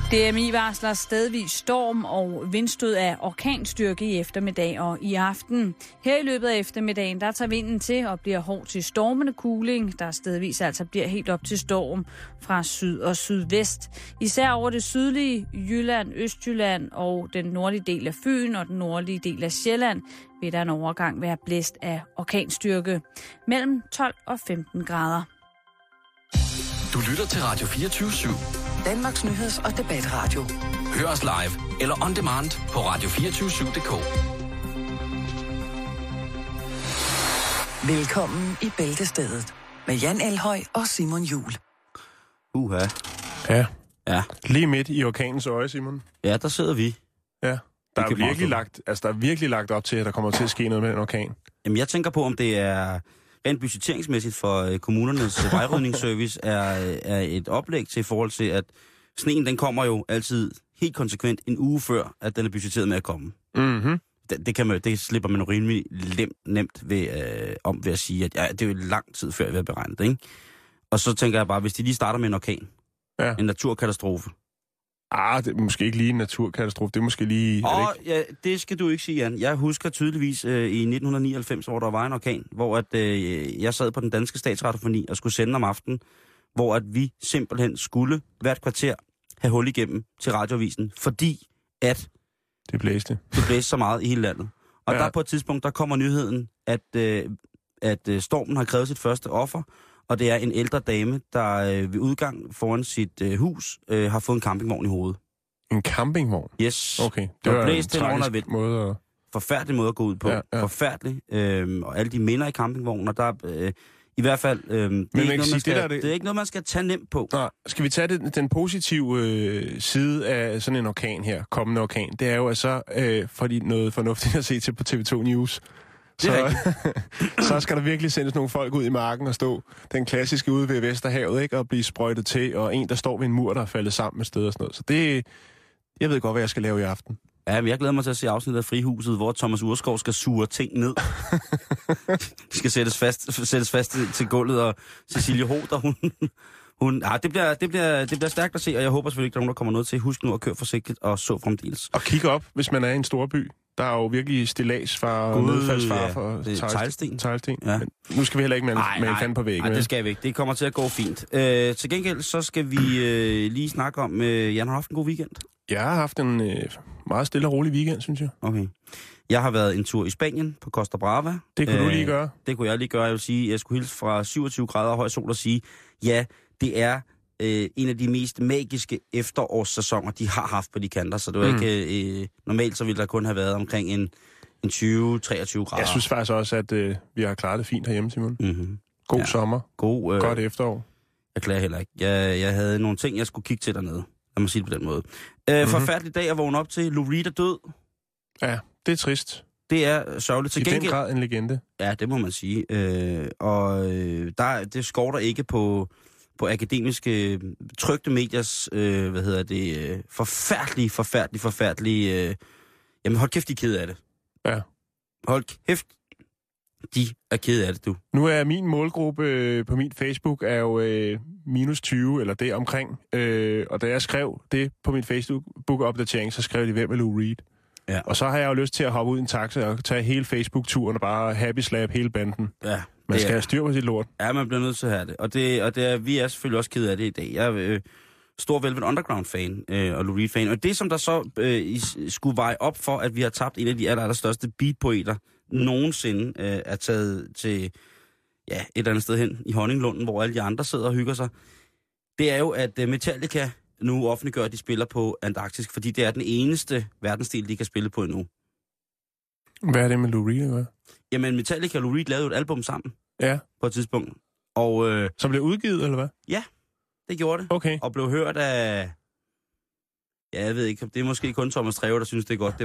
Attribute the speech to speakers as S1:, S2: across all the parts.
S1: DMI varsler stedvis storm og vindstød af orkanstyrke i eftermiddag og i aften. Her i løbet af eftermiddagen, der tager vinden til og bliver hård til stormende kuling, der stedvis altså bliver helt op til storm fra syd og sydvest. Især over det sydlige Jylland, Østjylland og den nordlige del af Fyn og den nordlige del af Sjælland vil der en overgang være blæst af orkanstyrke mellem 12 og 15 grader.
S2: Du lytter til Radio 24/7.
S3: Danmarks nyheds- og debatradio.
S2: Hør os live eller on demand på radio247.dk.
S3: Velkommen i Bæltestedet med Jan Elhøj og Simon Juhl.
S4: Ja.
S5: Ja.
S4: Lige midt i orkanens øje, Simon.
S5: Ja, der sidder vi.
S4: Ja. Der er virkelig lagt op til, at der kommer til at ske noget med en orkan.
S5: Jamen, jeg tænker på, om det er rent budgetteringsmæssigt for kommunernes vejrydningsservice er et oplæg til i forhold til, at sneen, den kommer jo altid helt konsekvent en uge før, at den er budgetteret med at komme.
S4: Mhm.
S5: Det slipper man jo rimelig nemt ved at sige, at ja, det er jo lang tid før, vi har beregnet det, ikke? Og så tænker jeg bare, hvis de lige starter med en orkan, en naturkatastrofe.
S4: Det er måske ikke lige en naturkatastrofe, det er måske lige...
S5: Ja, det skal du ikke sige, Jan. Jeg husker tydeligvis i 1999, hvor der var en orkan, hvor at, jeg sad på den danske statsradiofoni og skulle sende om aftenen, hvor at vi simpelthen skulle hvert kvarter have hul igennem til radioavisen, fordi at
S4: det blæste
S5: så meget i hele landet. Og der på et tidspunkt, der kommer nyheden, at stormen har krævet sit første offer, og det er en ældre dame, der ved udgang foran sit hus har fået en campingvogn i hovedet.
S4: En campingvogn?
S5: Yes.
S4: Okay. Det var
S5: blæst
S4: en tragisk måde at...
S5: Forfærdelig måde at gå ud på. Ja. Forfærdelig. Og alle de minder i campingvognen, og der i hvert fald... det er ikke noget, man skal tage nemt på.
S4: Nå, skal vi tage den positive side af sådan en orkan her, kommende orkan? Det er jo altså fordi noget fornuftigt at se til på TV2 News. Så skal der virkelig sendes nogle folk ud i marken og stå den klassiske ude ved Vesterhavet, ikke, og blive sprøjtet til, og en, der står ved en mur, der er faldet sammen med sted og sådan noget. Så det... Jeg ved godt, hvad jeg skal lave i aften.
S5: Ja, men jeg glæder mig til at se afsnittet af Frihuset, hvor Thomas Urskov skal suge ting ned. De skal sættes fast til gulvet, og Cecilie Hoder, det bliver stærkt at se, og jeg håber selvfølgelig ikke, der er nogen, der kommer noget til. Husk nu at køre forsigtigt og så fremdeles.
S4: Og kig op, hvis man er i en stor by. Der er jo virkelig stilladsfar og nedfaldsfar for teglsten. Ja. Men nu skal vi heller ikke med en fan på væggen.
S5: Nej, det skal vi ikke. Det kommer til at gå fint. Til gengæld, så skal vi lige snakke om, Jan har haft en god weekend. Jeg
S4: har haft en meget stille og rolig weekend, synes jeg.
S5: Okay. Jeg har været en tur i Spanien på Costa Brava.
S4: Det kunne du lige gøre.
S5: Det kunne jeg lige gøre. Jeg vil sige, jeg skulle hilse fra 27 grader og høj sol og sige, ja, det er en af de mest magiske efterårssæsoner, de har haft på de kanter. Så det var ikke... normalt så ville der kun have været omkring en 20-23 grader.
S4: Jeg synes faktisk også, at vi har klaret det fint herhjemme, Simon. Mm-hmm. God sommer. Godt efterår.
S5: Jeg klager heller ikke. Jeg havde nogle ting, jeg skulle kigge til dernede. Lad mig sige det på den måde. Forfærdelig dag at vågne op til. Lou Reed er død.
S4: Ja, det er trist.
S5: Det er sørgeligt. Til
S4: den grad en legende.
S5: Ja, det må man sige. Det skorter ikke på akademiske trykte mediers, forfærdelige... jamen hold kæft, de er kede af det. Ja. Hold kæft, de er kede af det, du.
S4: Nu er min målgruppe på min Facebook er jo minus 20, eller det omkring. Og da jeg skrev det på min Facebook-opdatering, så skrev de, hvem er Lou Reed? Ja. Og så har jeg jo lyst til at hoppe ud i en taxa og tage hele Facebook-turen og bare happy slap hele banden. Ja. Man skal have styr på sit lort.
S5: Ja, man bliver nødt til at have det. Og vi er selvfølgelig også ked af det i dag. Jeg er stor Velvet Underground-fan og Lou Reed-fan. Og det, som der så skulle veje op for, at vi har tabt en af de allerstørste beatpoeter nogensinde, er taget til et eller andet sted hen i Honninglunden, hvor alle de andre sidder og hygger sig, det er jo, at Metallica nu offentliggør, at de spiller på Antarktis, fordi det er den eneste verdensdel, de kan spille på endnu.
S4: Hvad er det med Lou Reed, hvad?
S5: Jamen, Metallica og Lou Reed lavede jo et album sammen.
S4: Ja.
S5: På et tidspunkt. Og,
S4: som blev udgivet, eller hvad?
S5: Ja, det gjorde det.
S4: Okay.
S5: Og blev hørt af... Ja, jeg ved ikke. Det er måske kun Thomas Treve, der synes, det er godt.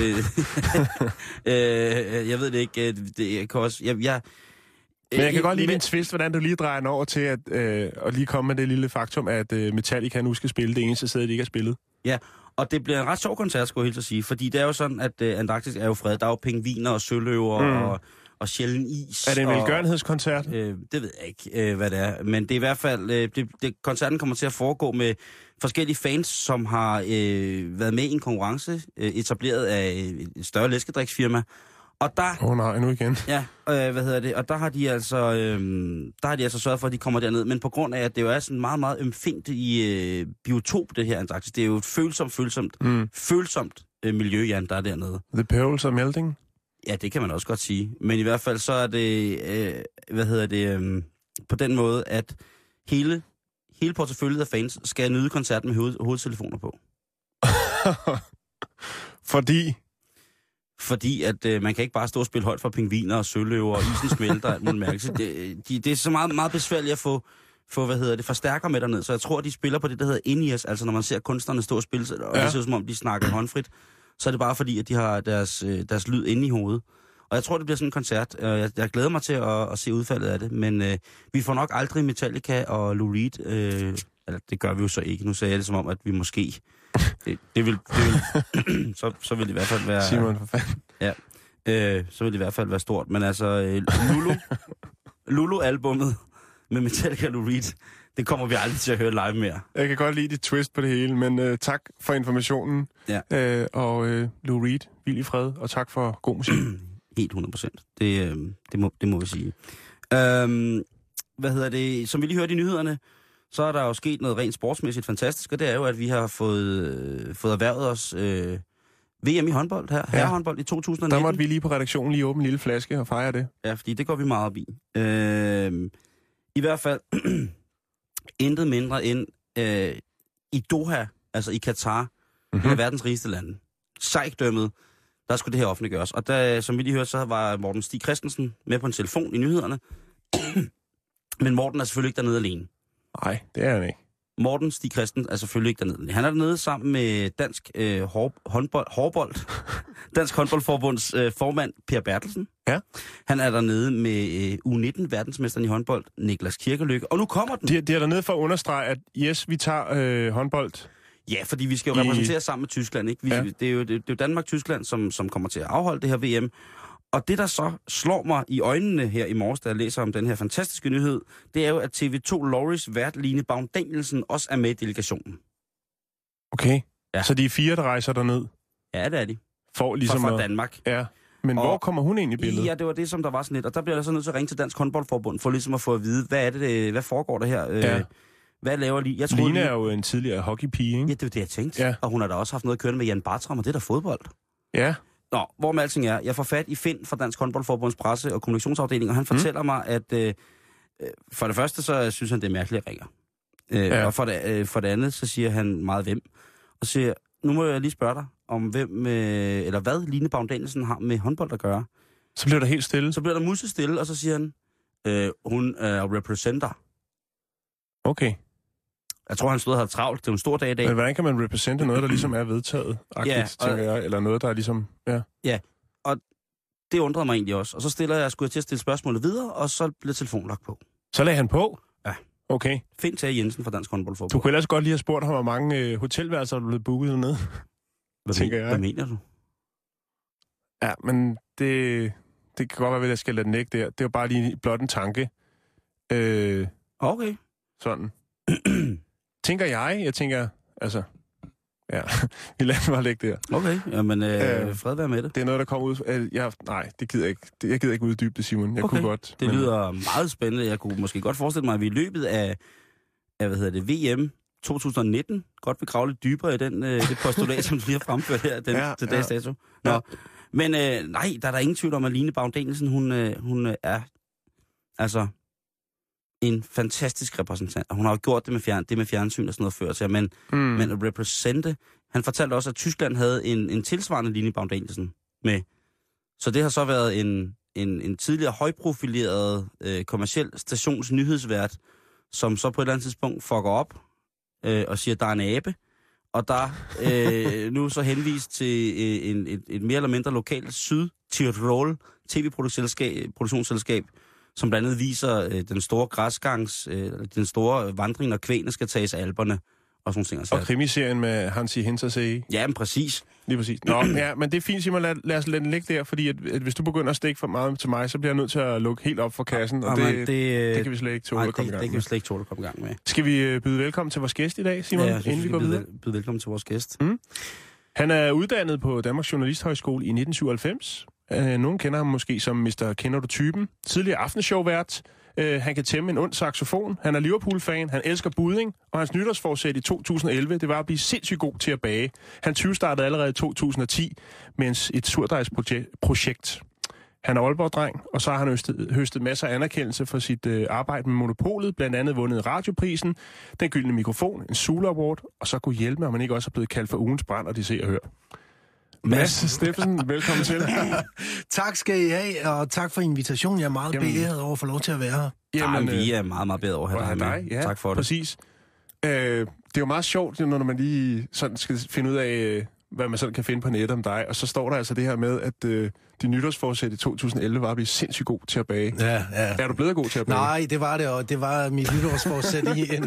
S5: Jeg ved det ikke. Det kan også...
S4: Men jeg kan godt lide din twist, hvordan du lige drejer den over til at lige komme med det lille faktum, at Metallica nu skal spille det eneste sted, de ikke har spillet.
S5: Ja, og det bliver en ret sjov koncert, skulle jeg helt at sige. Fordi det er jo sådan, at Antarktis er jo fred. Der er jo pingviner og søløver og sjælden is.
S4: Er det en velgørenhedskoncert?
S5: Det ved jeg ikke, hvad det er. Men det er i hvert fald... koncerten kommer til at foregå med forskellige fans, som har været med i en konkurrence, etableret af et større læskedriksfirma. Og der...
S4: nej, nu igen.
S5: Ja, Og der har de altså sørget for, at de kommer derned. Men på grund af, at det jo er sådan meget, meget ømfint i biotop, det her Antarktis. Det er jo et følsomt miljø, Jan, der er dernede.
S4: The perils of melting?
S5: Ja, det kan man også godt sige. Men i hvert fald så er det, på den måde, at hele porteføljet af fans skal nyde koncerten med hovedtelefoner på. Fordi at man kan ikke bare stå og spille højt for pingviner og søløver og isen smelter og alt muligt mærke. Så det er så meget, meget besværligt at få forstærker med derned. Så jeg tror, at de spiller på det, der hedder in-ears. Altså når man ser kunstnerne stå og spille, og det ser ud som om, de snakker håndfrit, så er det bare fordi, at de har deres lyd inde i hovedet. Og jeg tror, det bliver sådan en koncert. Jeg glæder mig til at se udfaldet af det, men vi får nok aldrig Metallica og Lou Reed. Eller det gør vi jo så ikke. Nu sagde jeg det som om, at vi måske... Det vil så vil det i hvert fald være...
S4: Simon, for fanden.
S5: Ja, så vil det i hvert fald være stort. Men altså, Lulu-albummet med Metallica og Lou Reed, det kommer vi aldrig til at høre live mere. Jeg kan godt lide dit twist på det hele, men tak for informationen. Ja. Lou Reed, hvil i fred, og tak for god musik. Helt 100%. Det må vi sige. Som vi lige hørte i nyhederne, så er der jo sket noget rent sportsmæssigt fantastisk, og det er jo, at vi har fået erhvervet os VM i håndbold her, herrehåndbold i 2019. Der måtte vi lige på redaktionen lige åbne en lille flaske og fejre det. Ja, fordi det går vi meget op i. I hvert fald intet mindre end i Doha, altså i Katar, det er verdens rigeste lande. Sheikh-dømmet, der skulle det her offentliggøres. Og der, som vi lige hørte, så var Morten Stig Christensen med på en telefon i nyhederne. Men Morten er selvfølgelig ikke dernede alene. Nej, det er han ikke. Morten Stig Christensen er selvfølgelig ikke dernede. Han er dernede sammen med Dansk Dansk Håndboldforbunds formand Per Bertelsen. Ja. Han er dernede med U19 verdensmesteren i håndbold, Niklas Kirkelykke. Og nu kommer den. De er dernede for at understrege, at yes, vi tager håndbold. Ja, fordi vi skal jo repræsentere sammen med Tyskland, ikke? Det er jo Danmark-Tyskland, som kommer til at afholde det her VM. Og det, der så slår mig i øjnene her i morges, da jeg læser om den her fantastiske nyhed, det er jo, at TV2 Loris vært Line Baun Danielsen også er med i delegationen. Okay, ja. Så de er 4, der rejser derned? Ja, det er de. Fra Danmark. Ja. Men hvor kommer hun ind i billedet? Ja, det var det, som der var sådan lidt. Og der bliver der så nødt til at ringe til Dansk Håndboldforbund, for ligesom at få at vide, hvad foregår der her? Ja. Hvad laver Line? Line er jo en tidligere hockeypige, ikke? Ja, det var det, jeg tænkte. Ja. Og hun har da også haft noget at køre med Jan Bartram, og det er der fodbold. Ja. Nå, hvor med alting er, jeg får fat i Finn fra Dansk Håndboldforbunds presse- og kommunikationsafdeling, og han fortæller mig, at for det første, så synes han, det er mærkeligt at ringe. Og for det andet, så siger han meget hvem. Og siger, nu må jeg lige spørge dig, om hvad Line Baun Danielsen har med håndbold at gøre. Så bliver der helt stille? Så bliver der musestille, og så siger han, hun er representer. Okay. Jeg tror, han stod og havde travlt. Det er en stor dag i dag. Men hvordan kan man represente noget, der ligesom er vedtaget? Tænker jeg, eller noget, der er ligesom... Ja, og det undrede mig egentlig også. Og så skulle jeg til at stille spørgsmålet videre, og så blev telefonen lagt på. Så lagde han på? Ja. Okay. Finn Tage Jensen fra Dansk Håndboldforbund. Du kunne ellers godt lige have spurgt ham, hvor mange hotelværelser du blev booket dernede. Hvad mener du? Ja, men det kan godt være, at jeg skal lade den ligge der. Det var bare lige blot en tanke. Okay. Sådan. Jeg tænker, altså, ja, vi lader den bare ligge der. Okay, jamen, fred være med det. Det er noget, der kommer ud, nej, det gider jeg ikke. Jeg gider ikke uddybe det, Simon. Jeg kunne godt. Det lyder meget spændende. Jeg kunne måske godt forestille mig, at vi i løbet af VM 2019 godt vil grave lidt dybere i det postulat, som du lige har fremført her til dags dato. Nå. Ja. Men nej, der er der ingen tvivl om, at Line Baun Danielsen, hun er altså en fantastisk repræsentant. Hun har jo gjort det med fjernsyn og sådan noget før til, men at repræsente. Han fortalte også, at Tyskland havde en tilsvarende Line Baun Danielsen med. Så det har så været en tidligere højprofileret kommerciel stations nyhedsvært, som så på et eller andet tidspunkt fucker op og siger, at der er en abe. Og der nu så henvist til et mere eller mindre lokalt Syd-Tirol tv-produktionsselskab, som blandt andet viser den store græsgangs, den store vandring, når kvægene skal tages af Alperne. og sådan nogle ting.
S4: Og krimiserien med Hansi Hinterseer.
S5: Ja, men præcis.
S4: Lige præcis. Nå, ja, men det er fint, Simon. Lad os lade den ligge der, fordi at hvis du begynder at stikke for meget til mig, så bliver jeg nødt til at lukke helt op for kassen, og det kan vi slet ikke tåle at komme i gang med.
S5: Det kan vi slet ikke tåle at komme i gang med.
S4: Skal vi byde velkommen til vores gæst i dag, Simon, inden vi går videre?
S5: Byde velkommen til vores gæst.
S4: Han er uddannet på Danmarks Journalisthøjskole i 1997. Nogen kender ham måske som Mr. Kender du typen? Tidligere aftenshowvært. Han kan tæmme en ond saxofon. Han er Liverpool-fan. Han elsker budding. Og hans nytårsforsæt i 2011, det var at blive sindssygt god til at bage. Han 20-startede allerede i 2010 med et surdejsprojekt. Han er Aalborg-dreng, og så har han høstet masser af anerkendelse for sit arbejde med Monopolet, blandt andet vundet radioprisen, den gyldne mikrofon, en Zulu Award, og så kunne hjælpe, om man ikke også er blevet kaldt for ugens brand, og de ser og hører. Mads Steffensen, velkommen til.
S6: Tak skal I have, og tak for invitationen. Jeg er meget beæret over at få lov til at være her.
S5: Jamen, vi er meget, meget bedre over at have dig med.
S4: Ja,
S5: tak for det.
S4: Præcis. Det er jo meget sjovt, når man lige sådan skal finde ud af, hvad man sådan kan finde på nettet om dig. Og så står der altså det her med, at de nytårsforsæt i 2011 var at blive sindssygt god til at bage.
S6: Ja.
S4: Er du blevet god til at bage?
S6: Nej, det var det, og det var mit nytårsforsæt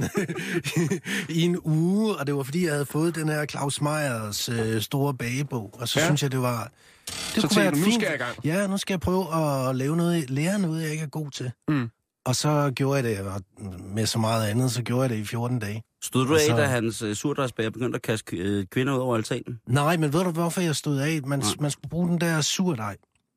S6: i en uge, og det var fordi, jeg havde fået den her Claus Meyers store bagebog, og så synes jeg, det var...
S4: Det så kunne være fint. Nu skal jeg i gang.
S6: Ja, nu skal jeg prøve at lære noget, jeg ikke er god til. Og så gjorde jeg det, og med så meget andet, så gjorde jeg det i 14 dage.
S5: Stod du af, da hans surdejsbager begyndte at kaste kvinder ud over altanen?
S6: Nej, men ved du, hvorfor jeg stod af? Man skulle bruge den der surdej.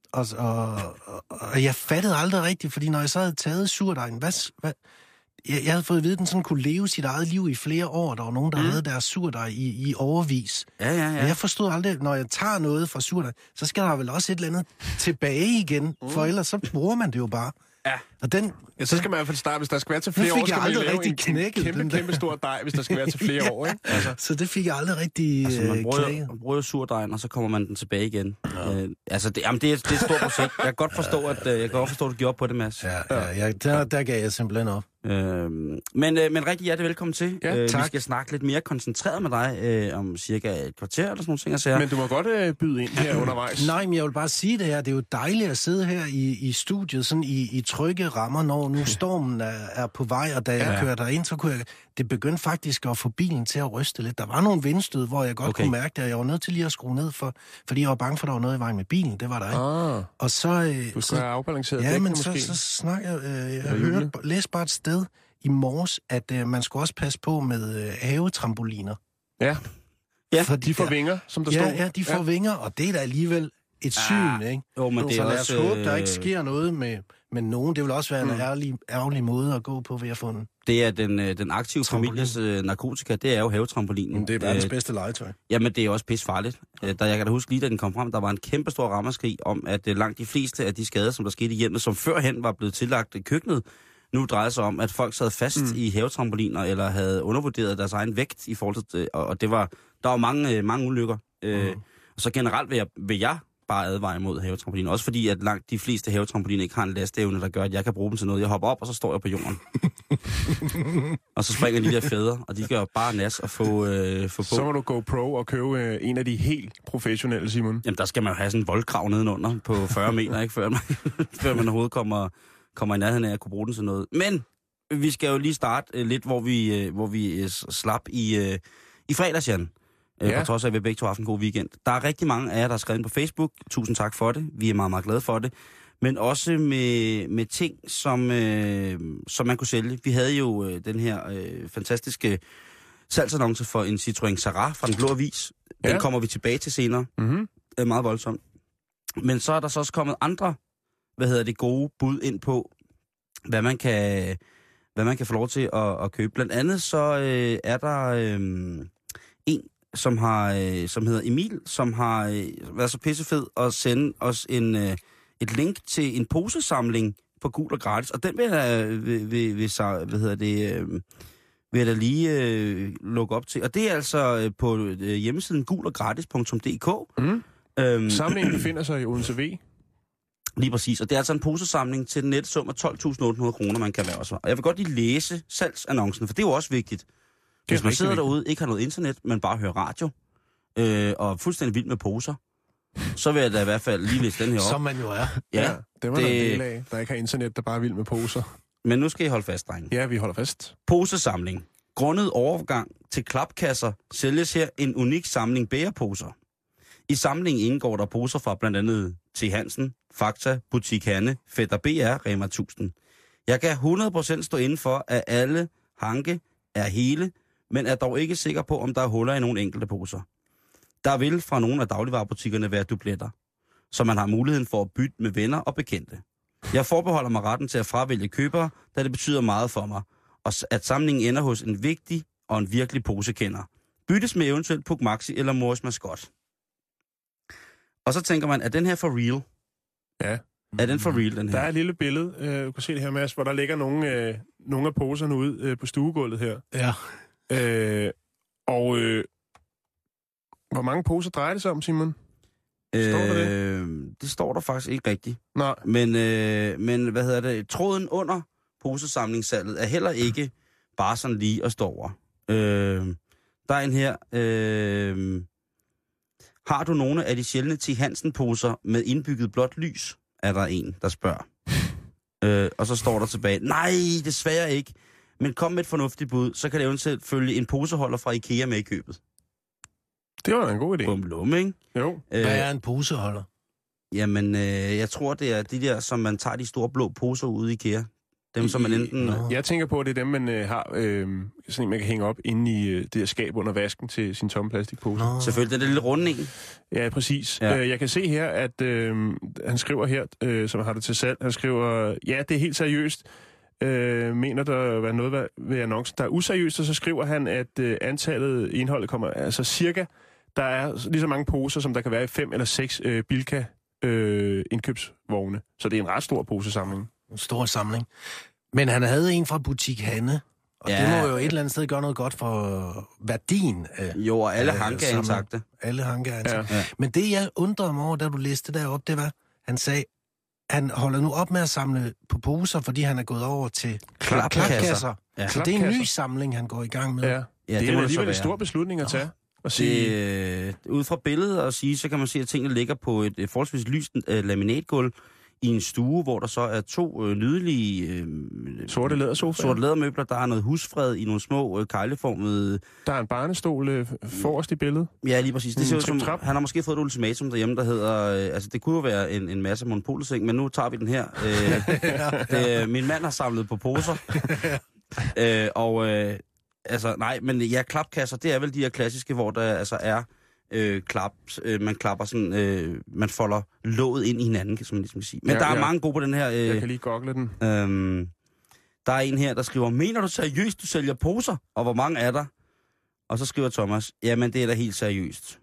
S6: Og jeg fattede aldrig rigtigt, fordi når jeg så havde taget surdejen, jeg havde fået at vide, at den sådan kunne leve sit eget liv i flere år. Der var nogen, der havde deres surdej i overvis.
S5: Ja.
S6: Og jeg forstod aldrig, når jeg tager noget fra surdej, så skal der vel også et eller andet tilbage igen, for ellers så bruger man det jo bare.
S5: Ja.
S6: Og
S4: så skal man i hvert fald starte, hvis der skal være til flere år, skal man lave en kæmpe stor dej, hvis der skal være til flere år, ikke?
S6: Altså. Så det fik jeg aldrig rigtig
S5: man bruger jo surdejen, og så kommer man den tilbage igen. Ja. Det er et stort projekt. Jeg kan godt forstå, at du gjorde på det, Mads.
S6: Ja. Der gav jeg simpelthen op.
S5: Men rigtig hjertelig velkommen til. Vi skal snakke lidt mere koncentreret med dig om cirka et kvarter eller sådan nogle ting.
S4: Men du må godt byde ind her undervejs.
S6: Nej, men jeg vil bare sige det her. Det er jo dejligt at sidde her i studiet, sådan i trygge rammer, når nu stormen er på vej, og da jeg kører derind, så kunne det begyndte faktisk at få bilen til at ryste lidt. Der var nogle vindstød, hvor jeg godt kunne mærke det, jeg var nødt til lige at skrue ned, fordi jeg var bange for, at der var noget i vejen med bilen. Det var der ikke. Og så...
S4: Du skal have afbalanceret
S6: dækkene
S4: måske.
S6: Ja, men så snakker jeg læste bare et sted i morges, at man skulle også passe på med havetrampoliner.
S4: Ja, for de får vinger, som der står.
S6: Ja, de får vinger, og det er da alligevel et syn, ikke?
S5: Jo, men det
S6: så
S5: er
S6: lad
S5: også,
S6: os håbe, der ikke sker noget med nogen. Det vil også være en ærgerlig måde at gå på ved at få den.
S5: Det er den aktive families narkotika, det er jo havetrampolinen.
S6: Det er verdens bedste legetøj.
S5: Jamen, det er også pisse farligt. Jeg kan da huske lige, da den kom frem, der var en kæmpe stor ramaskrig om, at langt de fleste af de skader, som der skete i hjemmet, som førhen var blevet tillagt i køkkenet, nu drejer sig om, at folk sad fast i havetrampoliner, eller havde undervurderet deres egen vægt i forhold til, og der var mange ulykker. Og så generelt vil jeg bare advare imod havetrampoliner, også fordi, at langt de fleste havetrampoliner ikke har en lasteevne, der gør, at jeg kan bruge dem til noget. Jeg hopper op, og så står jeg på jorden. Og så springer de der fædre, og de gør bare nas og få på.
S4: Så må du gå pro og købe en af de helt professionelle, Simon.
S5: Jamen, der skal man jo have sådan en voldgrav nedenunder på 40 meter, ikke? Før man overhovedet kommer i nærheden af at kunne bruge den til noget. Men vi skal jo lige starte lidt, hvor vi slap i fredags, Jan. På trods af, at vi begge to har haft en god weekend. Der er rigtig mange af jer, der har skrevet ind på Facebook. Tusind tak for det. Vi er meget, meget glade for det. Men også med ting, som man kunne sælge. Vi havde jo den her fantastiske salgsannonce for en Citroën Sara fra Den Blå Avis. Den kommer vi tilbage til senere. Det er meget voldsomt. Men så er der så også kommet andre gode bud ind på, hvad man kan få lov til at købe. Blandt andet så er der en, som hedder Emil, som har været så pissefed at sende os et link til en posesamling på Gul og Gratis. Og den vil jeg da lige lukke op til. Og det er altså på hjemmesiden guloggratis.dk.
S4: Samlingen befinder sig i Odense V.
S5: Lige præcis, og det er altså en posesamling til den nette sum af 12.800 kroner, man kan være sig. Og jeg vil godt lige læse salgsannoncen, for det er jo også vigtigt. Hvis man sidder derude, ikke har noget internet, men bare hører radio, og er fuldstændig vild med poser, så vil jeg da i hvert fald lige læse den her op.
S6: Som man jo er.
S4: Ja, det var der en del af, der ikke har internet, der bare er vild med poser.
S5: Men nu skal I holde fast, drenge.
S4: Ja, vi holder fast.
S5: Posesamling. Grundet overgang til klapkasser sælges her en unik samling bæreposer. I samlingen indgår der poser fra blandt andet T. Hansen, Fakta, Butik Hanne, Fætter BR, Rema 1000. Jeg kan 100% stå inden for, at alle hanke er hele, men er dog ikke sikker på, om der er huller i nogle enkelte poser. Der vil fra nogle af dagligvarebutikkerne være dubletter, så man har muligheden for at bytte med venner og bekendte. Jeg forbeholder mig retten til at fravælge købere, da det betyder meget for mig, og at samlingen ender hos en vigtig og en virkelig posekender. Byttes med eventuelt Puk Maxi eller Mors Mascot. Og så tænker man, er den her for real?
S4: Ja.
S5: Er den for real, den her?
S4: Der er et lille billede, du kan se det her, Mads, hvor der ligger nogle af poserne ud på stuegulvet her.
S6: Ja.
S4: Hvor mange poser drejer det sig om, Simon? Står der det?
S5: Det står der faktisk ikke rigtigt.
S4: Nej.
S5: Men hvad hedder det? Tråden under posesamlingssalget er heller ikke bare sådan lige at stå over. Der er en her. Har du nogle af de sjældne T. Hansen-poser med indbygget blåt lys? Er der en, der spørger. Og så står der tilbage, nej, desværre ikke. Men kom med et fornuftigt bud, så kan det eventuelt følge en poseholder fra IKEA med i købet.
S4: Det var da en god idé.
S5: Bum, ikke?
S4: Jo.
S6: Hvad er en poseholder?
S5: Jamen, jeg tror, det er de der, som man tager de store blå poser ud i IKEA. Dem, som man enten...
S4: Jeg tænker på, at det er dem, man har, sådan en, man kan hænge op inde i det her skab under vasken til sin tomme plastikpose.
S5: Selvfølgelig, det er lidt runde en.
S4: Ja, præcis. Ja. Jeg kan se her, at han skriver her, som har det til salg, han skriver, ja, det er helt seriøst. Mener der være noget ved annoncen, der er useriøst, og så skriver han, at antallet indholdet kommer, altså cirka, der er lige så mange poser, som der kan være i 5 eller 6 Bilka indkøbsvogne. Så det er en ret stor posesamling.
S6: En stor samling. Men han havde en fra Butik Hanne, og det må jo et eller andet sted gøre noget godt for værdien af...
S5: Jo, og alle hanke er intakte.
S6: Alle hanke er intakte. Ja. Men det, jeg undrede mig over, da du læste derop, det var, han sagde, han holder nu op med at samle på poser, fordi han er gået over til klapkasser. Ja. Så det er en ny samling, han går i gang med.
S4: Ja, det er alligevel en stor beslutning at tage.
S5: Ud fra billedet at sige, så kan man se, at tingene ligger på et forholdsvis lyst laminatgulv i en stue, hvor der så er 2 nydelige
S4: sorte
S5: lædermøbler. Der er noget husfred i nogle små kejleformede...
S4: Der er en barnestol forrest i billedet.
S5: Ja, lige præcis. Det ser ud som, han har måske fået et ultimatum derhjemme, der hedder... altså, det kunne jo være en masse monopolseng, men nu tager vi den her. Min mand har samlet på poser. Altså, nej, men ja, klapkasser, det er vel de her klassiske, hvor der altså er man klapper sådan, man folder låget ind i hinanden, som man ligesom sige. Men der er mange gode på den her.
S4: Jeg kan lige google den.
S5: Der er en her, der skriver, mener du seriøst, du sælger poser? Og hvor mange er der? Og så skriver Thomas, jamen det er da helt seriøst.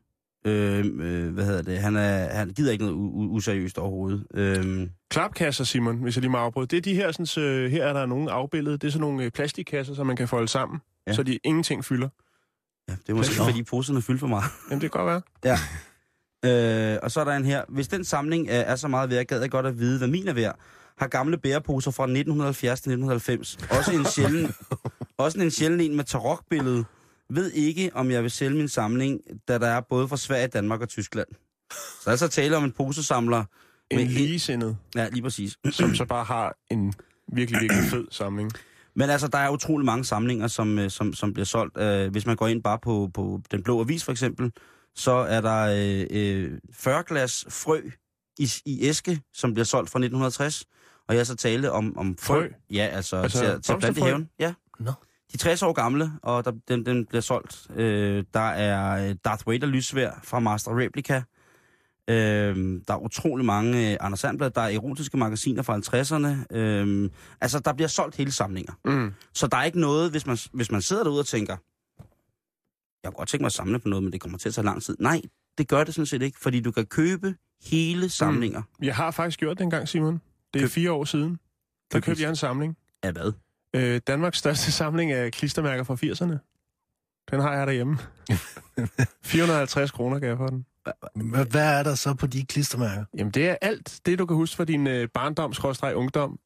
S5: Han gider ikke noget useriøst overhovedet.
S4: Klapkasser, Simon, hvis jeg lige må afbryde. Det er de her, sådan, her er der nogle afbilledet. Det er sådan nogle plastikkasser, som man kan folde sammen, så de ingenting fylder.
S5: Ja, det er måske fordi poserne fylder for meget.
S4: Jamen, det kan godt være.
S5: Ja. Og så er der en her. Hvis den samling er så meget værd, gad jeg godt at vide, hvad min er værd. Har gamle bæreposer fra 1970 til 1990. Også en sjælden en med tarokbillede. Ved ikke, om jeg vil sælge min samling, da der er både fra Sverige, Danmark og Tyskland. Så altså tale om en posesamler.
S4: En ligesindet.
S5: Ja, lige præcis.
S4: Som så bare har en virkelig, virkelig fed samling.
S5: Men altså, der er utrolig mange samlinger, som bliver solgt. Hvis man går ind bare på Den Blå Avis for eksempel, så er der 40 glas frø i æske, som bliver solgt fra 1960. Og jeg så tale om frø. Ja, altså til plante i haven. Ja.
S6: No.
S5: De er 60 år gamle, og den bliver solgt. Der er Darth Vader lyssværd fra Master Replica. Der er utrolig mange Anders Sandblad. Der er erotiske magasiner fra 50'erne. Altså, der bliver solgt hele samlinger. Mm. Så der er ikke noget, hvis man sidder derude og tænker, jeg kunne godt tænke mig at samle på noget, men det kommer til at tage lang tid. Nej, det gør det sådan set ikke, fordi du kan købe hele samlinger.
S4: Jeg har faktisk gjort det engang, Simon. Det er 4 år siden. Der købte jeg en samling.
S5: Af hvad?
S4: Danmarks største samling af klistermærker fra 80'erne. Den har jeg derhjemme. 450 kroner gav jeg for den.
S6: Hvad er der så på de klistermærker?
S4: Jamen, det er alt det, du kan huske fra din barndom/ungdom.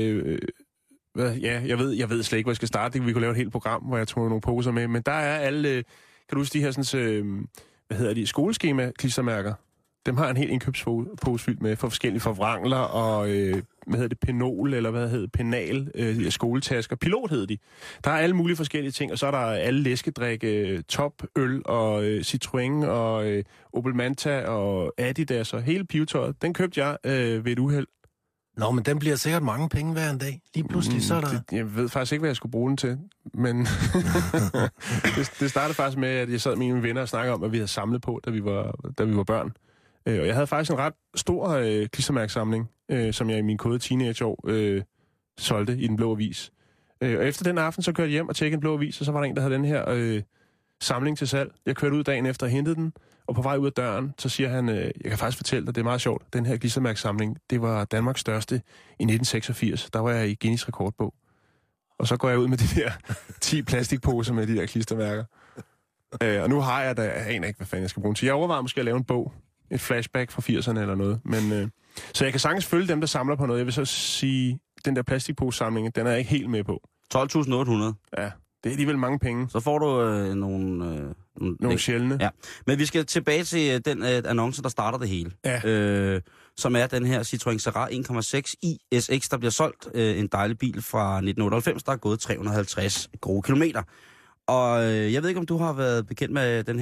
S4: Jeg ved slet ikke, hvor jeg skal starte. Vi kunne lave et helt program, hvor jeg tog nogle poser med. Men der er alle, kan du huske de her sådan, skoleskema-klistermærker? Dem har en helt indkøbspose fyldt med for forskellige forvrangler og hvad hedder det, Penol, eller hvad hedder det, Penal, skoletasker. Pilot hed de. Der er alle mulige forskellige ting, og så er der alle læskedrikke, topøl og Citroën og Opel Manta og Adidas og hele pivetøjet. Den købte jeg ved et uheld.
S6: Nå, men den bliver sikkert mange penge hver en dag. Lige pludselig så er der...
S4: Jeg ved faktisk ikke, hvad jeg skulle bruge den til, men det startede faktisk med, at jeg sad med mine venner og snakkede om, hvad vi havde samlet på, da vi var børn. Og jeg havde faktisk en ret stor klistermærksamling, som jeg i min kode teenageår solgte i Den Blå Avis. Og efter den aften, så kørte jeg hjem og tjekkede Den Blå Avis, og så var der en, der havde den her samling til salg. Jeg kørte ud dagen efter og hentede den, og på vej ud af døren, så siger han, jeg kan faktisk fortælle dig, det er meget sjovt, den her klistermærksamling, det var Danmarks største i 1986. Der var jeg i Guinness rekordbog. Og så går jeg ud med de der 10 plastikposer med de der klistermærker. Og nu har jeg da, jeg aner ikke, hvad fanden jeg skal bruge til. Jeg overvejer måske at lave en bog, et flashback fra 80'erne eller noget. Men, så jeg kan sagtens følge dem, der samler på noget. Jeg vil så sige, den der plastikpose-samling, den er jeg ikke helt med på.
S5: 12.800.
S4: Ja, det er alligevel mange penge.
S5: Så får du nogle
S4: sjældne.
S5: Ja. Men vi skal tilbage til den annonce, der starter det hele.
S4: Ja.
S5: Som er den her Citroën Sara 1.6 ISX, der bliver solgt. En dejlig bil fra 1998, der er gået 350 gode kilometer. Og jeg ved ikke, om du har været bekendt med den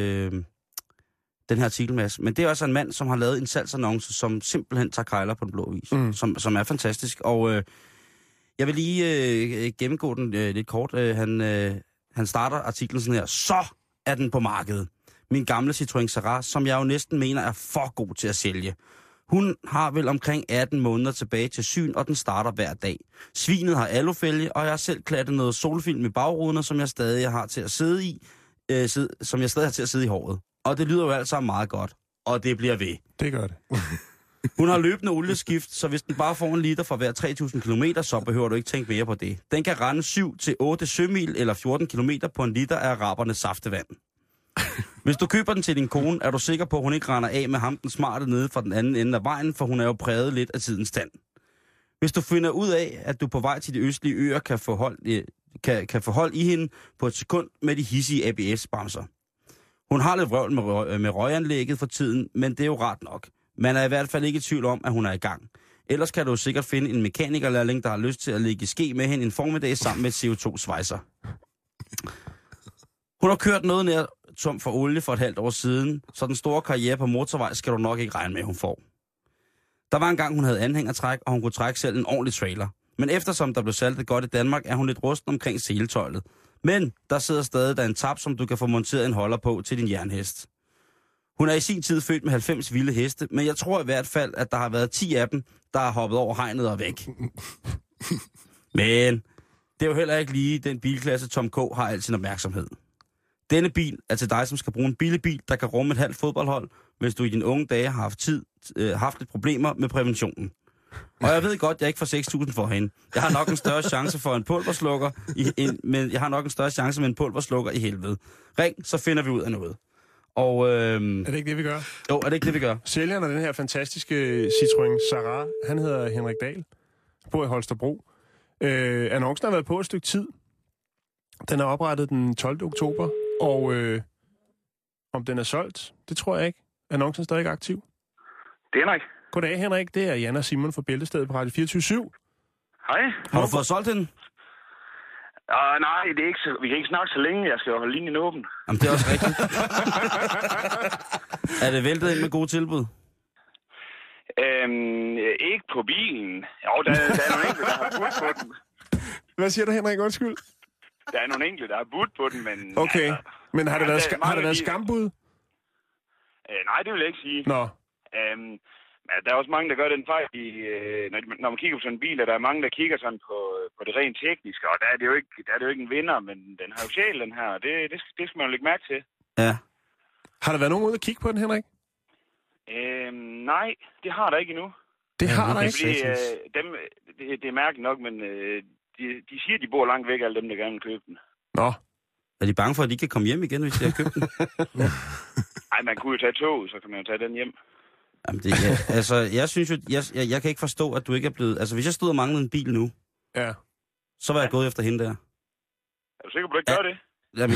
S5: her artikel, Mads. Men det er også en mand, som har lavet en salgsannonce, som simpelthen tager kejler på Den Blå Avis. Som er fantastisk. Og jeg vil lige gennemgå den lidt kort. Han starter artiklen sådan her. Så er den på markedet. Min gamle Citroën Sara, som jeg jo næsten mener er for god til at sælge. Hun har vel omkring 18 måneder tilbage til syn, og den starter hver dag. Svinet har alufælge, og jeg har selv klattet noget solfilm i bagruderne, som jeg stadig har til at sidde i, i håret. Og det lyder jo alt sammen meget godt. Og det bliver ved.
S4: Det gør det.
S5: Hun har løbende olieskift, så hvis den bare får en liter for hver 3.000 km, så behøver du ikke tænke mere på det. Den kan rende 7-8 sømil eller 14 km på en liter af arabernes saftevand. Hvis du køber den til din kone, er du sikker på, at hun ikke render af med ham den smarte nede fra den anden ende af vejen, for hun er jo præget lidt af tidens tand. Hvis du finder ud af, at du på vej til de østlige øer kan få hold i hende på et sekund med de hissige ABS-bremser. Hun har lidt vrøvl med røganlægget for tiden, men det er jo rart nok. Man er i hvert fald ikke i tvivl om, at hun er i gang. Ellers kan du sikkert finde en mekanikerlærling, der har lyst til at lægge ske med hende en formiddag sammen med et CO2-svejser. Hun har kørt noget nær tom for olie for et halvt år siden, så den store karriere på motorvej skal du nok ikke regne med, hun får. Der var en gang, hun havde anhængertræk, og hun kunne trække selv en ordentlig trailer. Men eftersom der blev saltet godt i Danmark, er hun lidt rusten omkring seletøjlet. Men der sidder stadig der en tap, som du kan få monteret en holder på til din jernhest. Hun er i sin tid født med 90 vilde heste, men jeg tror i hvert fald, at der har været 10 af dem, der har hoppet over hegnet og væk. Men det er jo heller ikke lige den bilklasse, Tom K. har al sin opmærksomhed. Denne bil er til dig, som skal bruge en billig bil, der kan rumme et halvt fodboldhold, hvis du i dine unge dage har haft lidt problemer med præventionen. Og jeg ved godt, jeg ikke får 6.000 for hende. Jeg har nok en større chance for en pulverslukker, men jeg har nok en større chance med en pulverslukker i helvede. Ring, så finder vi ud af noget. Og,
S4: er det ikke det, vi gør?
S5: Jo, er det ikke det, vi gør?
S4: Sælgeren af den her fantastiske Citroën Sara, han hedder Henrik Dahl, bor i Holstebro. Annoncen har været på et stykke tid. Den er oprettet den 12. oktober, og om den er solgt, det tror jeg ikke. Annoncen er stadig aktiv.
S7: Det er Henrik.
S4: Goddag, Henrik. Det er Jan og Simon fra Bæltestedet på Radio 24/7.
S7: Hej.
S5: Har du fået solgt den?
S7: Nej, det er ikke så, vi kan ikke snakke så længe. Jeg skal jo holde linjen åben.
S5: Jamen, det er også rigtigt. Er det væltet ind med gode tilbud?
S7: Ikke på bilen. Jo, der er nogle enkelte, der har budt på den.
S4: Hvad siger du, Henrik? Undskyld.
S7: Der er nogle enkelte, der har budt på den, men...
S4: Okay, men har det været skambud?
S7: Nej, det vil jeg ikke sige.
S4: Nå.
S7: Der er også mange, der gør den fejl, når man kigger på sådan en bil, og der er mange, der kigger sådan på det rent tekniske, og der er det jo ikke en vinder, men den har jo sjæl, den her, og det skal man jo lægge mærke til.
S5: Ja.
S4: Har der været nogen ude at kigge på den, Henrik?
S7: Nej, det har der ikke endnu.
S4: Det har der ikke?
S7: Det er mærkeligt nok, men de siger, de bor langt væk, alle dem, der gerne vil købe den.
S4: Nå.
S5: Er de bange for, at de ikke kan komme hjem igen, hvis de har købt den?
S7: Nej, man kunne jo tage tog, så kan man jo tage den hjem.
S5: Jamen altså, jeg synes jo, jeg kan ikke forstå, at du ikke er blevet... Altså, hvis jeg stod og manglede en bil nu,
S4: ja,
S5: så var jeg gået efter hende der.
S7: Er du sikker på, at du ikke gør det?
S5: Jamen,